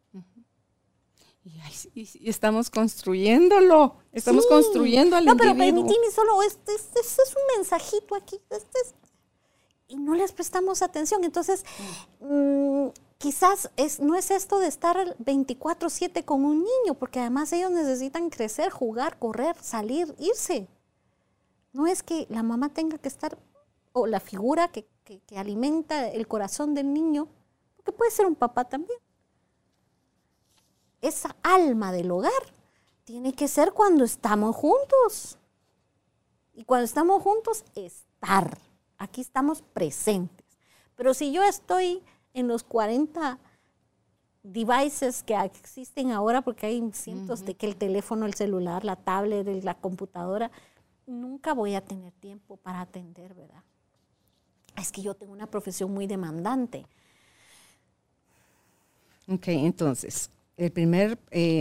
Y estamos construyéndolo, construyendo al individuo. No, pero permíteme solo, este es un mensajito aquí, y no les prestamos atención. Entonces, quizás no es esto de estar 24/7 con un niño, porque además ellos necesitan crecer, jugar, correr, salir, irse. No es que la mamá tenga que estar, o la figura que alimenta el corazón del niño, porque puede ser un papá también. Esa alma del hogar tiene que ser cuando estamos juntos. Y cuando estamos juntos, estar. Aquí estamos presentes. Pero si yo estoy en los 40 devices que existen ahora, porque hay cientos de que el teléfono, el celular, la tablet, la computadora, nunca voy a tener tiempo para atender, ¿verdad? Es que yo tengo una profesión muy demandante. Ok, entonces, el primer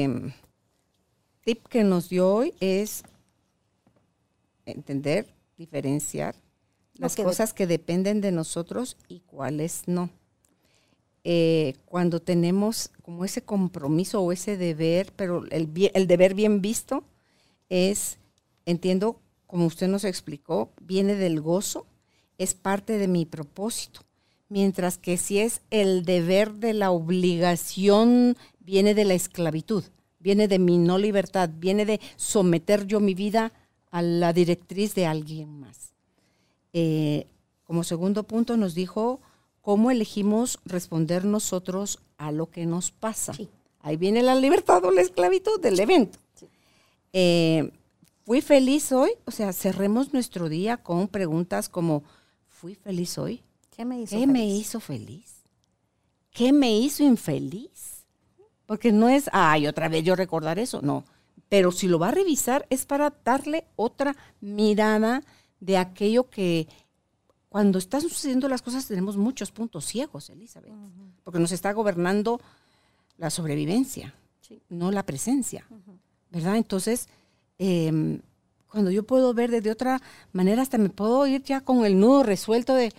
tip que nos dio hoy es entender, diferenciar las cosas que dependen de nosotros y cuáles no. Cuando tenemos como ese compromiso o ese deber, pero el deber bien visto es, entiendo, como usted nos explicó, viene del gozo, es parte de mi propósito. Mientras que si es el deber de la obligación, viene de la esclavitud, viene de mi no libertad, viene de someter yo mi vida a la directriz de alguien más. Como segundo punto nos dijo cómo elegimos responder nosotros a lo que nos pasa. Sí. Ahí viene la libertad o la esclavitud del evento. Sí. ¿Fui feliz hoy? O sea, cerremos nuestro día con preguntas como, ¿fui feliz hoy? ¿Qué me hizo ¿Qué feliz? me hizo feliz? ¿Qué me hizo infeliz? Porque no es, ay, otra vez yo recordar eso, no. Pero si lo va a revisar es para darle otra mirada de aquello que cuando están sucediendo las cosas tenemos muchos puntos ciegos, Elizabeth, porque nos está gobernando la sobrevivencia, sí, no la presencia, ¿verdad? Entonces, cuando yo puedo ver desde otra manera, hasta me puedo ir ya con el nudo resuelto de,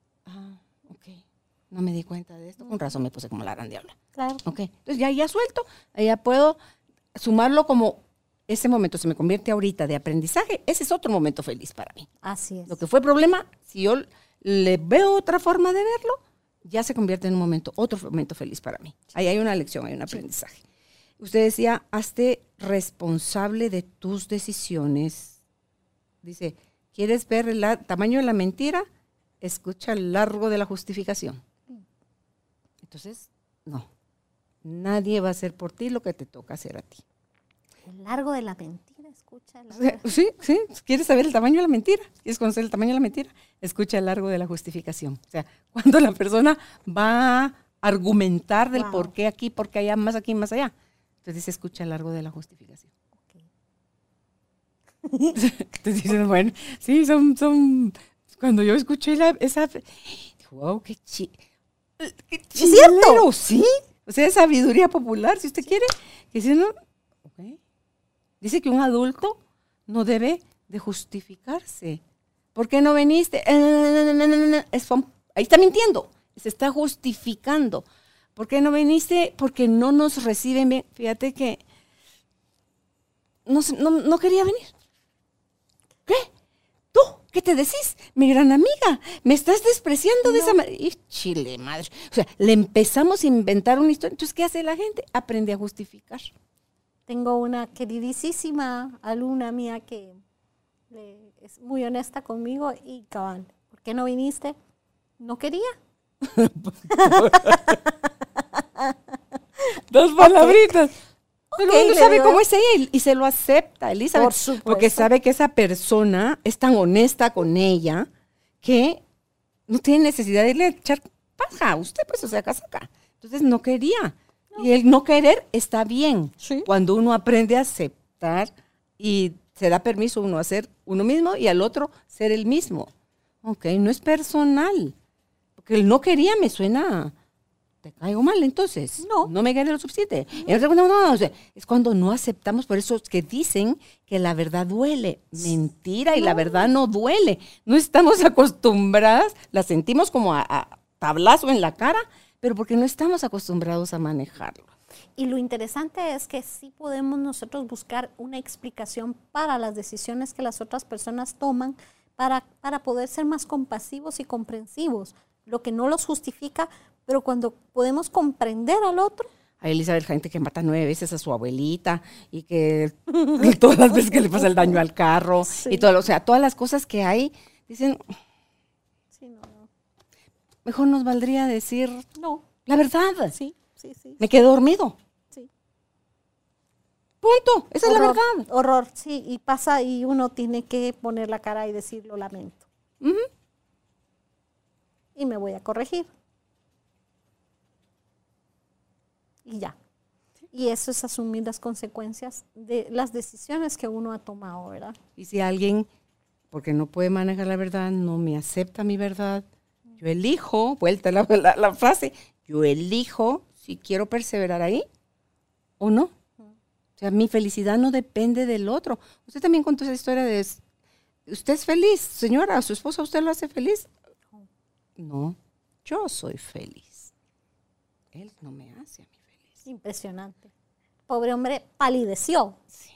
no me di cuenta de esto, con razón me puse como la gran diabla. Claro. Okay. Entonces ya suelto, ya puedo sumarlo como ese momento se me convierte ahorita de aprendizaje, ese es otro momento feliz para mí. Así es. Lo que fue problema, si yo le veo otra forma de verlo, ya se convierte en un momento, otro momento feliz para mí. Sí. Ahí hay una lección, hay un aprendizaje. Sí. Usted decía, hazte responsable de tus decisiones. Dice, ¿quieres ver el tamaño de la mentira? Escucha el largo de la justificación. Entonces, no. Nadie va a hacer por ti lo que te toca hacer a ti. El largo de la mentira, escucha. Sí. ¿Quieres saber el tamaño de la mentira? ¿Quieres conocer el tamaño de la mentira? Escucha el largo de la justificación. O sea, cuando la persona va a argumentar del por qué aquí, por qué allá, más aquí, más allá. Entonces dice, escucha el largo de la justificación. Okay. Entonces dicen, bueno, sí, son cuando yo escuché esa, wow, qué chido. ¿Es cierto? Sí. O sea, es sabiduría popular, si usted quiere. Que si no, okay. Dice que un adulto no debe de justificarse. ¿Por qué no viniste? Ahí está mintiendo. Se está justificando. ¿Por qué no viniste? Porque no nos reciben bien. Fíjate que no quería venir. ¿Qué? ¿Tú? ¿Qué te decís? Mi gran amiga, me estás despreciando de esa manera. Y chile, madre. O sea, le empezamos a inventar una historia. Entonces, ¿qué hace la gente? Aprende a justificar. Tengo una queridísima alumna mía que es muy honesta conmigo y cabal. ¿Por qué no viniste? No quería. Dos palabritas. Pero uno sabe cómo es ella y se lo acepta, Elizabeth. Por supuesto. Porque sabe que esa persona es tan honesta con ella que no tiene necesidad de irle a echar paja a usted, pues, o sea, casaca. Entonces no quería. No. Y el no querer está bien. ¿Sí? Cuando uno aprende a aceptar y se da permiso uno a ser uno mismo y al otro ser el mismo. Ok, no es personal. Porque el no quería me suena... ¿Te caigo mal entonces? No me quede lo suficiente. No. O sea, es cuando no aceptamos, por eso es que dicen que la verdad duele. Mentira, y la verdad no duele. No estamos acostumbradas, la sentimos como a tablazo en la cara, pero porque no estamos acostumbrados a manejarlo. Y lo interesante es que sí podemos nosotros buscar una explicación para las decisiones que las otras personas toman para poder ser más compasivos y comprensivos. Lo que no los justifica, pero cuando podemos comprender al otro. A Elizabeth, gente que mata 9 veces a su abuelita y que todas las veces que le pasa el daño al carro, sí. Y todo, o sea, todas las cosas que hay, dicen, sí, no. Mejor nos valdría decir, no, la verdad. Sí. Me quedé dormido. Sí. Punto, esa es la verdad. Horror, sí, y pasa y uno tiene que poner la cara y decir, lo lamento. Y me voy a corregir. Y ya. Y eso es asumir las consecuencias de las decisiones que uno ha tomado, ¿verdad? Y si alguien, porque no puede manejar la verdad, no me acepta mi verdad, yo elijo, vuelta la frase, yo elijo si quiero perseverar ahí o no. O sea, mi felicidad no depende del otro. Usted también contó esa historia de, ¿usted es feliz, señora? ¿A su esposa usted lo hace feliz? No, yo soy feliz. Él no me hace a mí feliz. Impresionante. Pobre hombre palideció. Sí.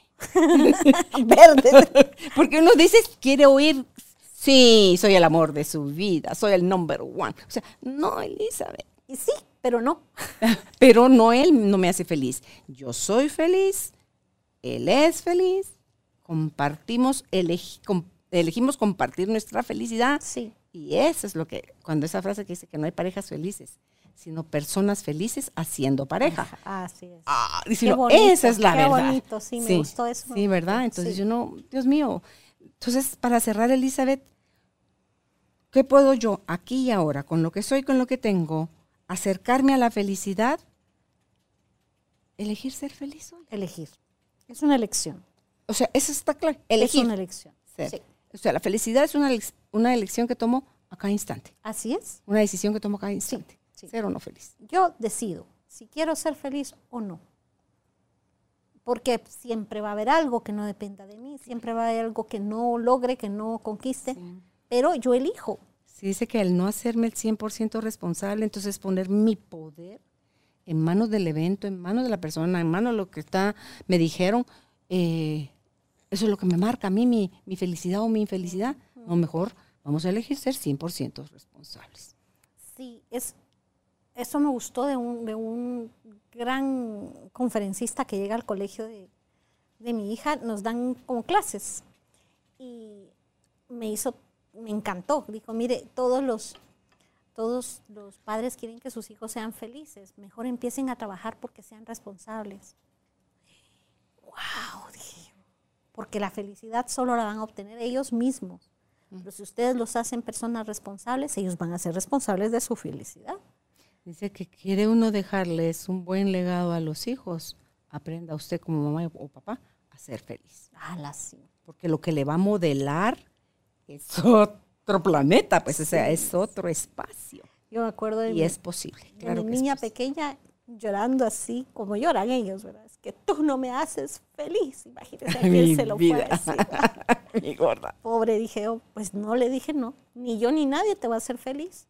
Verde. Porque uno dice, quiere oír, sí, soy el amor de su vida, soy el number one. O sea, no, Elizabeth. Y sí, pero no. Pero no, él no me hace feliz. Yo soy feliz, él es feliz, compartimos, elegimos compartir nuestra felicidad. Sí. Y eso es lo que, cuando esa frase que dice que no hay parejas felices, sino personas felices haciendo pareja. Así es. Qué bonito, esa es la qué verdad. bonito, sí, me gustó eso. Sí, ¿verdad? Entonces Sí. yo no, Dios mío. Entonces, para cerrar, Elizabeth, ¿qué puedo yo aquí y ahora, con lo que soy, con lo que tengo, acercarme a la felicidad? Elegir ser feliz hoy. Elegir. Es una elección. O sea, eso está claro. Elegir. Es una elección. Ser. Sí. O sea, la felicidad es una elección que tomo a cada instante. Así es. Una decisión que tomo a cada instante. Sí. Ser o no feliz. Yo decido si quiero ser feliz o no. Porque siempre va a haber algo que no dependa de mí, siempre va a haber algo que no logre, que no conquiste, pero yo elijo. Sí, dice que al no hacerme el 100% responsable, entonces poner mi poder en manos del evento, en manos de la persona, en manos de lo que me dijeron, eso es lo que me marca a mí mi felicidad o mi infelicidad. O mejor, vamos a elegir ser 100% responsables. Sí, eso me gustó de un gran conferencista que llega al colegio de mi hija. Nos dan como clases y me encantó. Dijo, mire, todos los padres quieren que sus hijos sean felices. Mejor empiecen a trabajar porque sean responsables. ¡Wow! Dije yo. Porque la felicidad solo la van a obtener ellos mismos. Pero si ustedes los hacen personas responsables, ellos van a ser responsables de su felicidad. Dice que quiere uno dejarles un buen legado a los hijos. Aprenda usted como mamá o papá a ser feliz. Sí. Porque lo que le va a modelar es otro planeta, pues, o sea, es otro espacio. Yo me acuerdo de Y es posible, claro mi que es niña posible. pequeña llorando así, como lloran ellos, ¿verdad? Es que tú no me haces feliz. Imagínese a quién se lo puede decir. Mi gorda. Pobre, dije yo, pues no le dije no. Ni yo ni nadie te va a hacer feliz.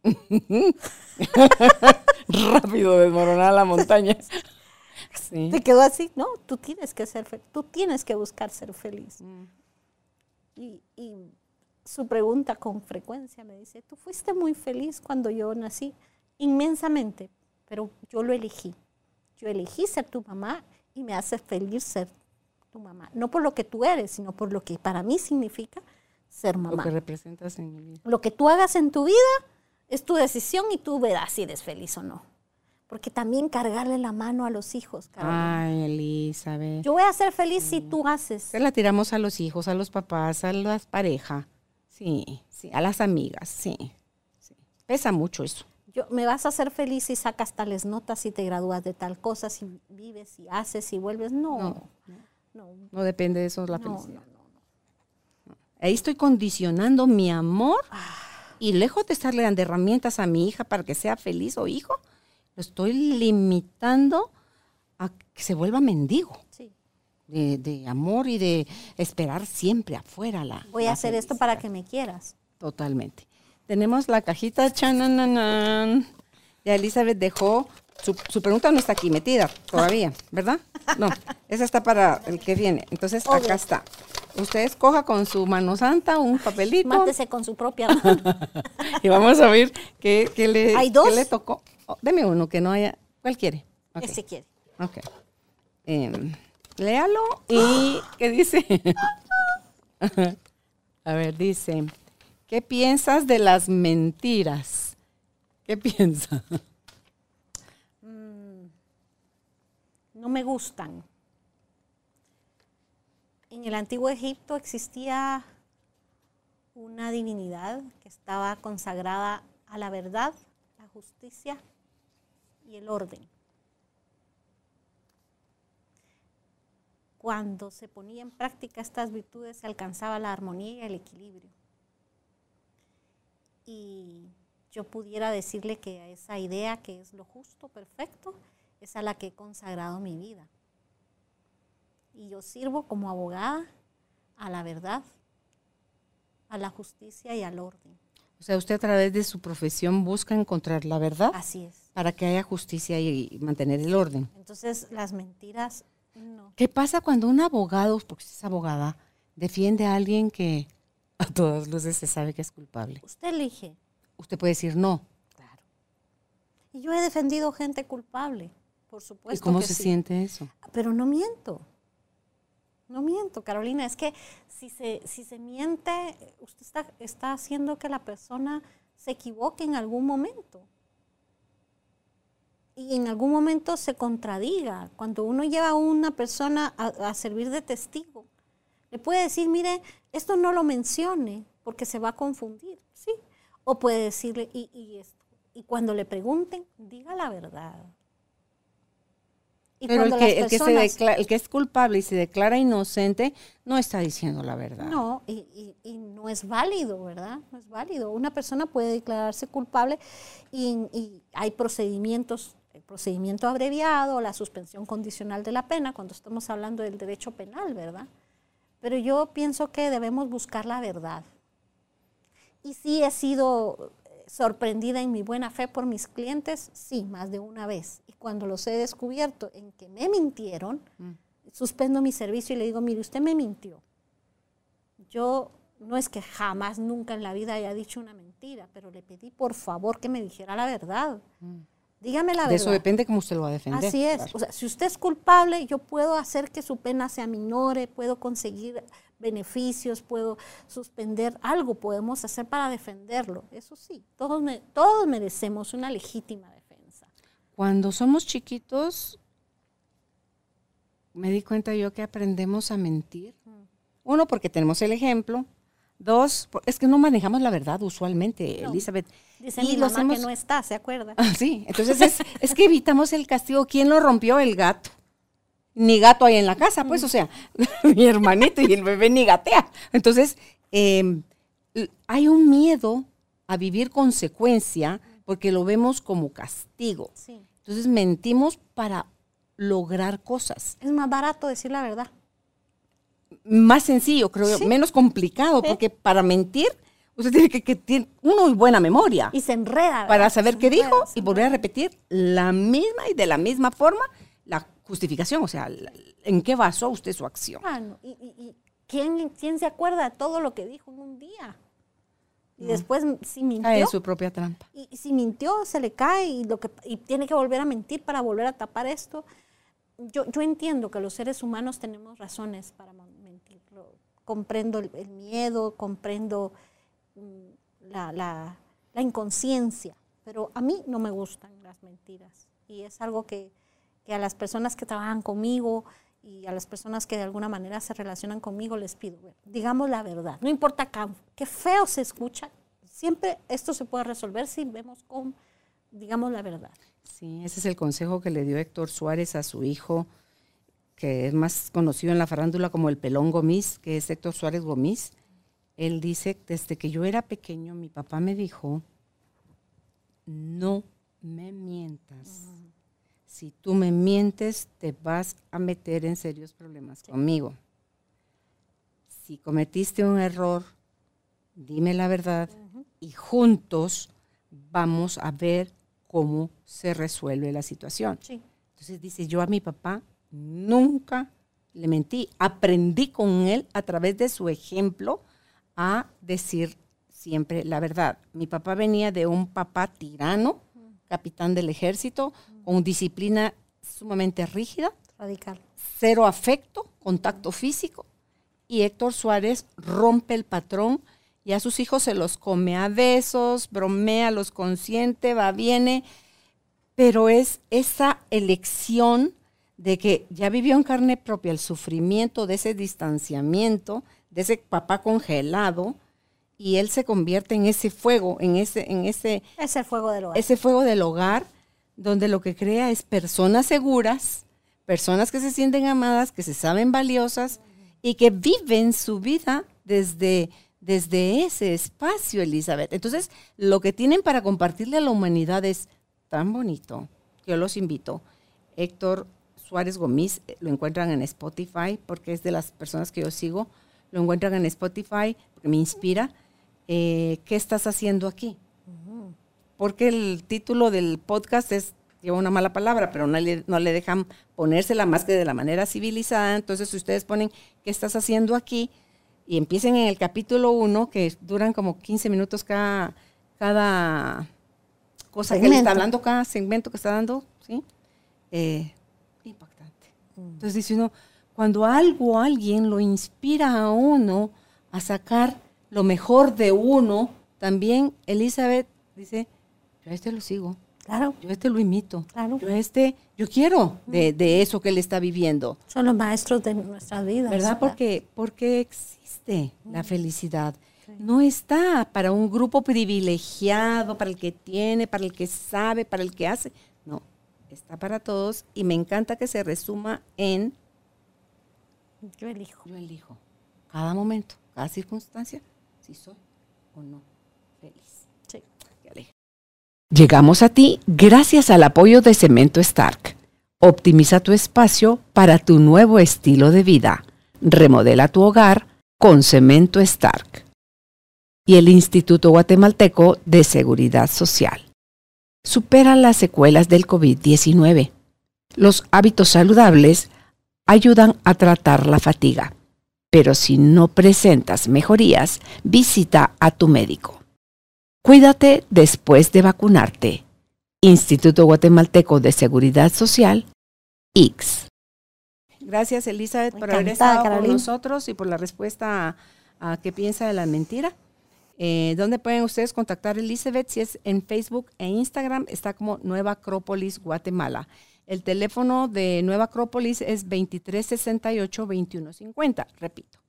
Rápido desmoronar la montaña. Sí. Te quedó así, no, tú tienes que ser feliz, tú tienes que buscar ser feliz. Y su pregunta con frecuencia me dice, tú fuiste muy feliz cuando yo nací, inmensamente, pero yo lo elegí. Yo elegí ser tu mamá y me hace feliz ser tu mamá. No por lo que tú eres, sino por lo que para mí significa ser mamá. Lo que representas en mi vida. Lo que tú hagas en tu vida es tu decisión y tú verás si eres feliz o no. Porque también cargarle la mano a los hijos, Carolina. Ay, Elizabeth. Yo voy a ser feliz si tú haces. Se la tiramos a los hijos, a los papás, a las parejas. Sí, a las amigas, sí. Pesa mucho eso. Me vas a hacer feliz si sacas tales notas, si te gradúas de tal cosa, si vives, si haces, si vuelves. No. No depende de eso la felicidad. No. Ahí estoy condicionando mi amor y lejos de estarle dando herramientas a mi hija para que sea feliz o hijo, lo estoy limitando a que se vuelva mendigo. Sí. De amor y de esperar siempre afuera Voy a hacer esto para que me quieras. Totalmente. Tenemos la cajita, chanananan. Ya Elizabeth dejó, su pregunta no está aquí metida todavía, ¿verdad? No, esa está para el que viene. Entonces, acá está. Usted escoja con su mano santa un papelito. Mátese con su propia mano. Y vamos a ver qué ¿Hay dos? qué le tocó. Oh, deme uno que no haya. ¿Cuál quiere? Okay. Ese quiere. Ok. Léalo y ¿qué dice? A ver, dice, ¿qué piensas de las mentiras? ¿Qué piensa? No me gustan. En el antiguo Egipto existía una divinidad que estaba consagrada a la verdad, la justicia y el orden. Cuando se ponía en práctica estas virtudes se alcanzaba la armonía y el equilibrio. Y yo pudiera decirle que a esa idea que es lo justo, perfecto, es a la que he consagrado mi vida. Y yo sirvo como abogada a la verdad, a la justicia y al orden. O sea, usted a través de su profesión busca encontrar la verdad. Así es. Para que haya justicia y mantener el orden. Entonces, las mentiras, no. ¿Qué pasa cuando un abogado, porque usted es abogada, defiende a alguien que a todas luces se sabe que es culpable? Usted elige. Usted puede decir no. Claro. Y yo he defendido gente culpable, por supuesto. ¿Y cómo que se sí. siente eso? Pero no miento. No miento, Carolina. Es que si se miente, usted está haciendo que la persona se equivoque en algún momento. Y en algún momento se contradiga. Cuando uno lleva a una persona a servir de testigo, le puede decir, mire, esto no lo mencione porque se va a confundir, ¿sí? O puede decirle, y esto. Y cuando le pregunten, diga la verdad. Y pero cuando el que es culpable y se declara inocente no está diciendo la verdad. No, y no es válido, ¿verdad? No es válido. Una persona puede declararse culpable y hay procedimientos, el procedimiento abreviado, la suspensión condicional de la pena, cuando estamos hablando del derecho penal, ¿verdad? Pero yo pienso que debemos buscar la verdad. Y sí he sido sorprendida en mi buena fe por mis clientes, sí, más de una vez. Y cuando los he descubierto en que me mintieron, suspendo mi servicio y le digo, mire, usted me mintió. Yo no es que jamás, nunca en la vida haya dicho una mentira, pero le pedí por favor que me dijera la verdad. Dígame la verdad. De eso depende cómo usted lo va a defender. Así es. Claro. O sea, si usted es culpable, yo puedo hacer que su pena se aminore, puedo conseguir beneficios, puedo suspender algo, podemos hacer para defenderlo. Eso sí, todos merecemos una legítima defensa. Cuando somos chiquitos, me di cuenta yo que aprendemos a mentir. Uno, porque tenemos el ejemplo. Dos, es que no manejamos la verdad usualmente, No. Elizabeth. Dice mi mamá que no está, ¿se acuerda? Sí, entonces es que evitamos el castigo. ¿Quién lo rompió? El gato. Ni gato hay en la casa, pues, o sea, mi hermanito y el bebé ni gatea. Entonces, hay un miedo a vivir consecuencia porque lo vemos como castigo. Sí. Entonces, mentimos para lograr cosas. Es más barato decir la verdad. Más sencillo, creo yo, Sí. menos complicado, Sí. porque para mentir, usted tiene que tener una buena memoria Y se enreda, ¿verdad? para saber Se qué enreda, dijo se y volver a enreda. repetir la misma y de la misma forma la justificación, o sea, en qué basó usted su acción. Ah, no. ¿Y quién se acuerda de todo lo que dijo en un día? Y después, si mintió, Cae en su propia trampa. y si mintió, se le cae y tiene que volver a mentir para volver a tapar esto. Yo entiendo que los seres humanos tenemos razones para mentir. Comprendo el miedo, comprendo la inconsciencia, pero a mí no me gustan las mentiras. Y es algo que a las personas que trabajan conmigo y a las personas que de alguna manera se relacionan conmigo les pido, digamos la verdad. No importa qué feo se escucha, siempre esto se puede resolver si vemos con, digamos la verdad. Sí, ese es el consejo que le dio Héctor Suárez a su hijo, que es más conocido en la farándula como el Pelón Gomis, que es Héctor Suárez Gomis. Él dice, desde que yo era pequeño, mi papá me dijo, no me mientas. Si tú me mientes, te vas a meter en serios problemas conmigo. Si cometiste un error, dime la verdad y juntos vamos a ver cómo se resuelve la situación. Sí. Entonces dice, yo a mi papá nunca le mentí. Aprendí con él a través de su ejemplo a decir siempre la verdad. Mi papá venía de un papá tirano, capitán del ejército, con disciplina sumamente rígida, Radical. cero afecto, contacto físico, y Héctor Suárez rompe el patrón y a sus hijos se los come a besos, bromea, los consiente, va, viene, pero es esa elección de que ya vivió en carne propia el sufrimiento de ese distanciamiento, de ese papá congelado, y él se convierte en ese fuego, Es el fuego del hogar. ese fuego del hogar, donde lo que crea es personas seguras, personas que se sienten amadas, que se saben valiosas y que viven su vida desde desde ese espacio, Elizabeth. Entonces, lo que tienen para compartirle a la humanidad es tan bonito. Yo los invito. Héctor Suárez Gómez, lo encuentran en Spotify, porque es de las personas que yo sigo. Lo encuentran en Spotify, porque me inspira. ¿Qué estás haciendo aquí? Porque el título del podcast lleva una mala palabra, pero no le dejan ponérsela más que de la manera civilizada. Entonces, si ustedes ponen ¿qué estás haciendo aquí? Y empiecen en el capítulo 1, que duran como 15 minutos cada cosa segmento que le está hablando, cada segmento que está dando, ¿sí? Impactante. Entonces dice uno, cuando alguien lo inspira a uno a sacar lo mejor de uno, también Elizabeth dice, yo a este lo sigo. Claro. Yo a este lo imito. Claro. Yo quiero de eso que él está viviendo. Son los maestros de nuestras vidas. ¿Verdad? Porque existe la felicidad. Sí. No está para un grupo privilegiado, para el que tiene, para el que sabe, para el que hace. No, está para todos y me encanta que se resuma en yo elijo. Yo elijo. Cada momento, cada circunstancia, si soy o no feliz. Sí. Qué alegre. Llegamos a ti gracias al apoyo de Cemento Stark. Optimiza tu espacio para tu nuevo estilo de vida. Remodela tu hogar con Cemento Stark. Y el Instituto Guatemalteco de Seguridad Social. Supera las secuelas del COVID-19. Los hábitos saludables ayudan a tratar la fatiga. Pero si no presentas mejorías, visita a tu médico. Cuídate después de vacunarte. Instituto Guatemalteco de Seguridad Social, IX. Gracias, Elizabeth, por haber estado con nosotros y por la respuesta a qué piensa de la mentira. ¿Dónde pueden ustedes contactar a Elizabeth? Si es en Facebook e Instagram, está como Nueva Acrópolis Guatemala. El teléfono de Nueva Acrópolis es 2368-2150. Repito,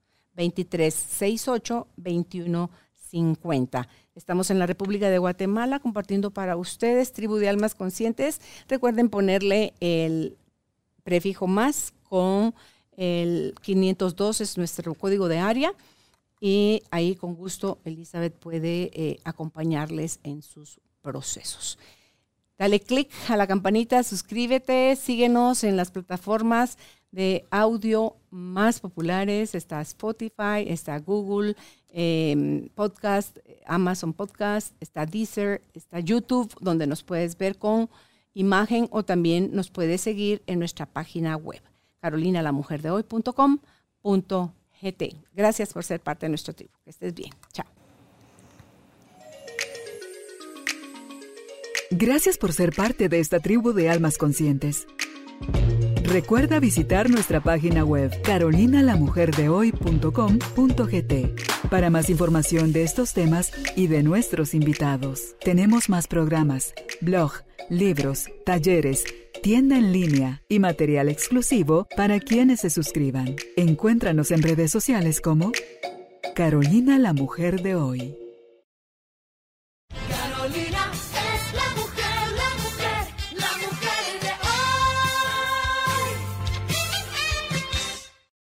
2368-2150. Estamos en la República de Guatemala compartiendo para ustedes, Tribu de Almas Conscientes. Recuerden ponerle el prefijo más con el 502, es nuestro código de área. Y ahí con gusto Elizabeth puede acompañarles en sus procesos. Dale click a la campanita, suscríbete, síguenos en las plataformas de audio más populares. Está Spotify, está Google Podcast, Amazon Podcast, está Deezer, está YouTube, donde nos puedes ver con imagen o también nos puedes seguir en nuestra página web, carolinalamujerdehoy.com.gt. Gracias por ser parte de nuestro tribu. Que estés bien. Chao. Gracias por ser parte de esta tribu de almas conscientes. Recuerda visitar nuestra página web carolinalamujerdehoy.com.gt para más información de estos temas y de nuestros invitados. Tenemos más programas, blog, libros, talleres, tienda en línea y material exclusivo para quienes se suscriban. Encuéntranos en redes sociales como Carolina la Mujer de Hoy.